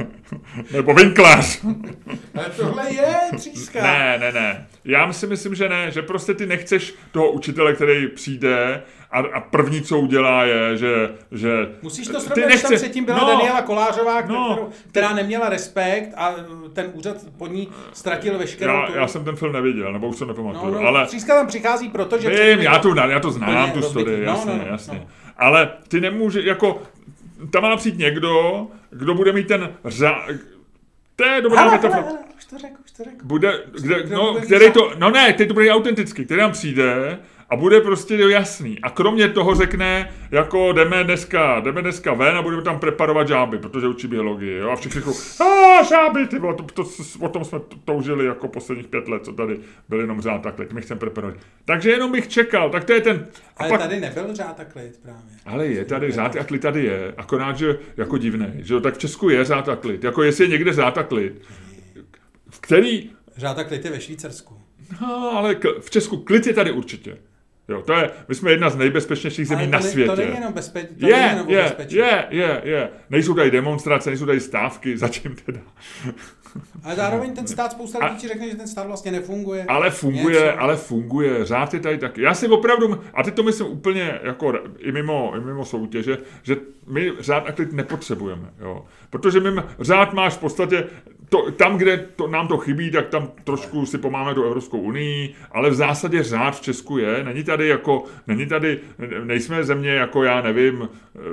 Nebo Vinklář. Ale tohle je Tříska. Ne, ne, ne. Já si myslím, že ne, že prostě ty nechceš toho učitele, který přijde a, a první, co udělá, je, že... že musíš to srovnat, nechce... tam předtím byla no, Daniela Kolářová, no, kterou, která neměla respekt a ten úřad pod ní ztratil veškerou... Já, tu... já jsem ten film neviděl, nebo už se nepamatuju, no, no, ale... Tříska tam přichází, protože... Vím, já to, já to znám, tu story, jasně, no, no, jasně. No. Ale ty nemůže, jako... Tam má přijít někdo, kdo bude mít ten řád... To je dobrá metafora. Už to řekl, už to řekl. Bude, kde, no, který to, no ne, teď to bude autentický, který tam přijde a bude prostě jasný. A kromě toho řekne, jako jdeme dneska, jdeme dneska ven a budeme tam preparovat žáby, protože učí biologii, jo, a všichni řeknou, a žáby, ty vole, to, to, o tom jsme toužili jako posledních pět let, co tady byl jenom řád takhle, my chceme preparovat. Takže jenom bych čekal, tak to je ten... Ale pak, tady nebyl řád a klid právě. Ale je tady, řád a klid tady je, akorát, že jako divnej, že jo, tak v Česku je řád a klid, jako jestli je někde řád a klid, v který... Řád a klid je ve Švýcarsku. No, ale v Česku klid je tady určitě. Jo, to je, my jsme jedna z nejbezpečnějších zemí na světě. To není jenom bezpeč, to je, není jenom je, bezpečí. Je, je, je. Nejsou tady demonstrace, nejsou tady stávky, zatím teda. Ale zároveň ten stát, spousta lidí ti řekne, že ten stát vlastně nefunguje. Ale funguje, něco. ale funguje. Řád je tady taky. Já si opravdu, a teď to myslím úplně jako i mimo, i mimo soutěže, že my řád a klid nepotřebujeme. Jo. Protože my řád máš v podstatě, to, tam, kde to, nám to chybí, tak tam trošku si pomáme do Evropskou unii, ale v zásadě řád v Česku je. Není tady jako, není tady, nejsme země jako já nevím,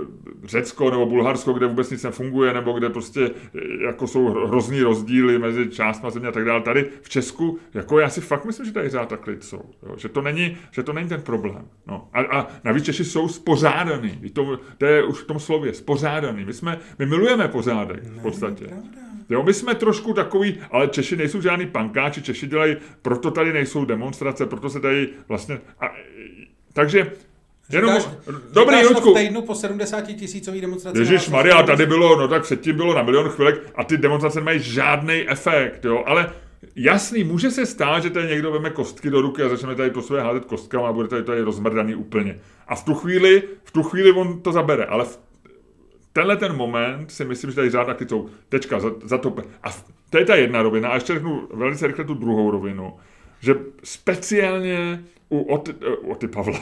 Řecko nebo Bulharsko, kde vůbec nic nefunguje, nebo kde prostě jako jsou hrozný rozdíly mezi částma země a tak dále. Tady v Česku, jako já si fakt myslím, že tady řád a klid jsou. Jo. Že, to není, že to není ten problém. No. A, a navíc Češi jsou spořádaný. To, to je už v tom slově, spořádaný. My, jsme, my milujeme pořádek v podstatě. Jo, my jsme trošku takový, ale Češi nejsou žádný pankáči, Češi dělají, proto tady nejsou demonstrace, proto se tady vlastně... A, takže... Jenom, říkáš, dobrý, říkáš Ludku. v týdnu po sedmdesáti tisícový demonstraci. Ježišmarja, tady bylo, no tak předtím bylo na milion chvilek a ty demonstrace nemají žádný efekt, jo, ale jasný, může se stát, že tady někdo veme kostky do ruky a začne tady po své házet kostkama a bude tady, tady rozmrdaný úplně. A v tu chvíli, v tu chvíli on to zabere, ale v tenhle ten moment si myslím, že tady řád a klid jsou tečka, zatope. A to je ta jedna rovina. A ještě řeknu velice rychle tu druhou rovinu, že speciálně u Oty, uh, Oty Pavla.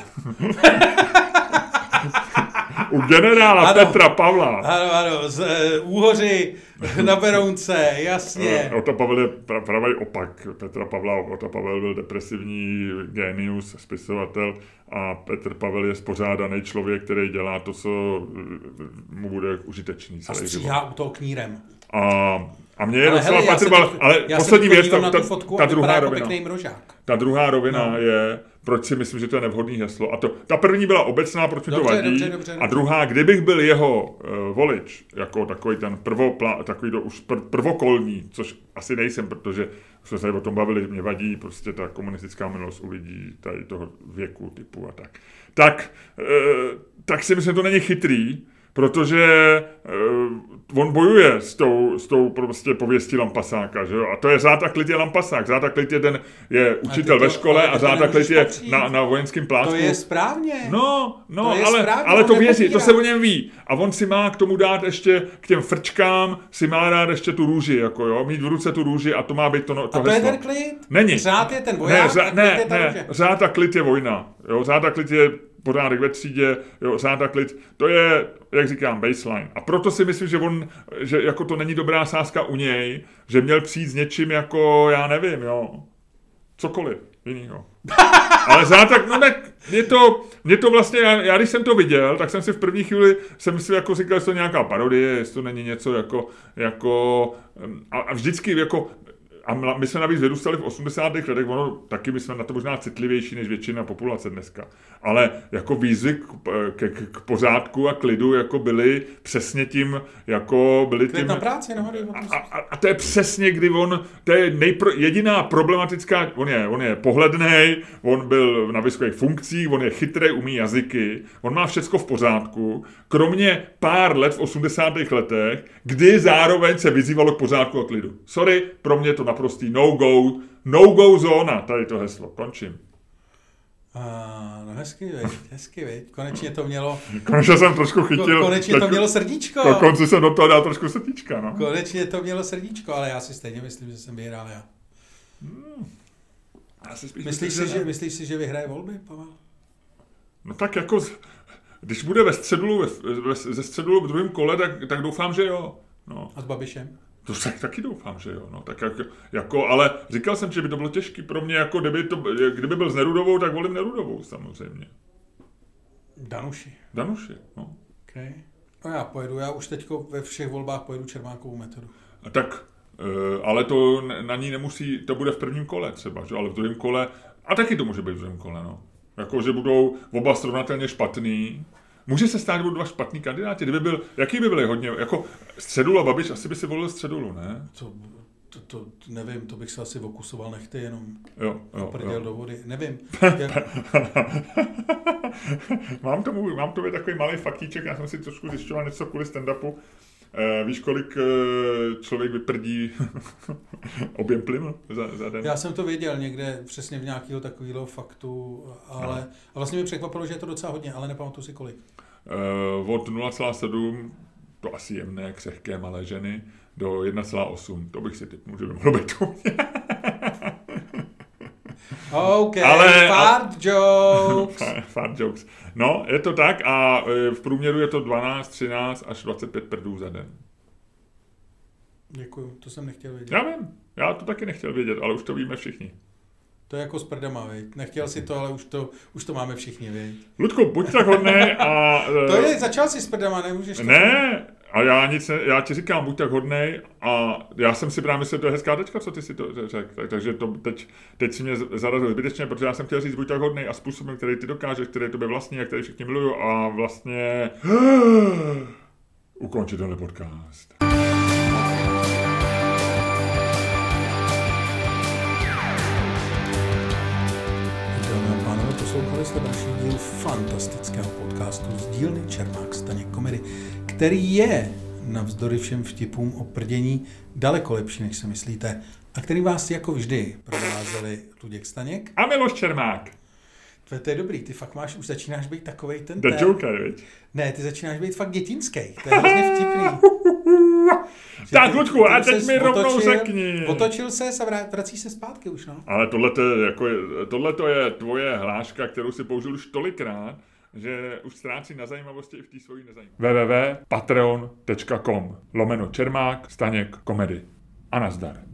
U generála ano, Petra Pavla. Ano, ano, z uh, Úhoři na Berounce, jasně. Ota Pavel je pra, pravý opak Petra Pavla. Ota Pavel byl depresivní genius, spisovatel a Petr Pavel je spořádaný člověk, který dělá to, co mu bude užitečný. A stříhá u toho knírem. A, a mě je docela Petr Pavel, ale poslední věc, ta, ta, ta druhá rovina. Ta druhá rovina no. je, proč si myslím, že to je nevhodný heslo. A to, ta první byla obecná, proč mi to vadí. Dobře, dobře, a druhá, kdybych byl jeho uh, volič, jako takový ten prvopla, takový to už pr- prvokolní, což asi nejsem, protože jsme se o tom bavili, mě vadí prostě ta komunistická minulost u lidí tady toho věku, typu a tak. Tak, uh, tak si myslím, že to není chytrý, protože uh, on bojuje s tou, s tou prostě pověstí Lampasáka, že jo? A to je řád a klid je Lampasák. Řád a klid je ten, je učitel to, ve škole a řád a klid je na, na vojenském plátku. To je správně. No, no, to ale, správně, ale to věří, to se o něm ví. A on si má k tomu dát ještě, k těm frčkám, si má dát ještě tu růži, jako jo? Mít v ruce tu růži a to má být to, no, to a to heslo. Je ten klid? Není. Řád je ten voják ne, řá, a klid ne, je ta ne, růže. Řád a klid je vojna. Jo? Řád a klid je pořádek ve třídě, jo, řád a klid, to je, jak říkám, baseline. A proto si myslím, že on, že jako to není dobrá sázka u něj, že měl přijít s něčím jako, já nevím, jo, cokoliv jinýho. Ale řád tak, no tak, mě to, mě to vlastně, já, já když jsem to viděl, tak jsem si v první chvíli, jsem si jako říkal, jestli to nějaká parodie, jestli to není něco jako, jako, a, a vždycky jako, a my jsme navíc vyrůstali v osmdesátých letech, ono taky my jsme na to možná citlivější než většina populace dneska. Ale jako výzvy k, k, k pořádku a klidu jako byly přesně tím, jako byly tím... Klid na práci, no, a, a, a to je přesně, kdy on, to je nejpro, jediná problematická, on je, on je pohlednej, on byl na vysokých funkcích, on je chytrý, umí jazyky, on má všecko v pořádku, kromě pár let v osmdesátých letech, kdy zároveň se vyzývalo k pořádku a klidu. Sorry, pro mě to naprostý no-go, no-go zóna, tady to heslo, končím. A, no hezky, veď, hezky, veď. Konečně to mělo... Konečně jsem trošku chytil... Konečně to mělo srdíčko. Dokonce jsem do toho dal trošku srdíčka, no. Konečně to mělo srdíčko, ale já si stejně myslím, že jsem vyhrál já. Hmm. já si spíš myslíš, myslím, si, že, myslíš si, že vyhraje volby, Pavel? No tak jako... Když bude ve středu, ve, ve, ze středu v druhém kole, tak, tak doufám, že jo. No. A s Babišem? To tak, taky doufám, že jo. No, tak jak, jako, ale říkal jsem, že by to bylo těžké pro mě, jako kdyby, to, kdyby byl s Nerudovou, tak volím Nerudovou samozřejmě. Danuši. Danuši, no. Okay. No já pojedu, já už teďko ve všech volbách pojedu Čermánkovou metodu. A tak, ale to na ní nemusí, to bude v prvním kole třeba, že? Ale v druhém kole, a taky to může být v druhém kole, no. Jako, že budou oba srovnatelně špatný. Může se stát, že budou dva špatný kandidáti. Kdyby byl, jaký by byly hodně, jako Středul a Babiš, asi by si volil Středulu, ne? To, to, to nevím, to bych se asi okusoval nechty, jenom jo, jo, prděl jo. do vody, nevím. mám tomu, mám tomu takový malý faktíček, já jsem si trošku zjišťoval něco kvůli stand-upu. Uh, víš, kolik uh, člověk vyprdí objem plynu za, za den? Já jsem to věděl někde přesně v nějakého takového faktu, ale no. A vlastně mi překvapilo, že je to docela hodně, ale nepamatuji si kolik. Uh, od nula celá sedm, to asi jemné, křehké, malé ženy, do jedna celá osm, to bych si typnul, že by mohlo být u mě. OK, ale, fart jokes. Fart jokes. No, je to tak a v průměru je to dvanáct, třináct až dvacet pět prdů za den. Děkuju, to jsem nechtěl vědět. Já vím, já to taky nechtěl vědět, ale už to víme všichni. To je jako s prdama, veď. Nechtěl si to, ale už to, už to máme všichni, veď. Ludku, buď tak hodnej a... To je, začal si s prdama, nemůžeš to... Ne, a já, nic, já ti říkám, buď tak hodnej a já jsem si právě myslel, to je hezká tečka, co ty si to řekl. Tak, takže to teď, teď si mě zarazil zbytečně, protože já jsem chtěl říct, buď tak hodnej a způsobem, který ty dokážeš, který je tobě vlastní a který všichni milují a vlastně... ukončit tenhle podcast. Poslouchali jste další díl fantastického podcastu z dílny Čermák Staněk Komedy, který je navzdory všem vtipům o prdění daleko lepší, než si myslíte, a který vás jako vždy provázeli Luděk Staněk a Miloš Čermák. To, to je dobrý, ty fakt máš, už začínáš být takovej ten... The Joker, viď? Ne, ty začínáš být fakt dětinský, to je hrozně vtipný. Tak, Ludku, a teď mi rovnou řekni. Otočil se a vrací se zpátky už, no. Ale tohle je, jako, tohle je tvoje hláška, kterou si použil už tolikrát, že už ztrácí na zajímavosti i v té svojí nezajímavosti. w w w tečka patreon tečka com lomeno Čermák Staněk Komedy. A nazdar.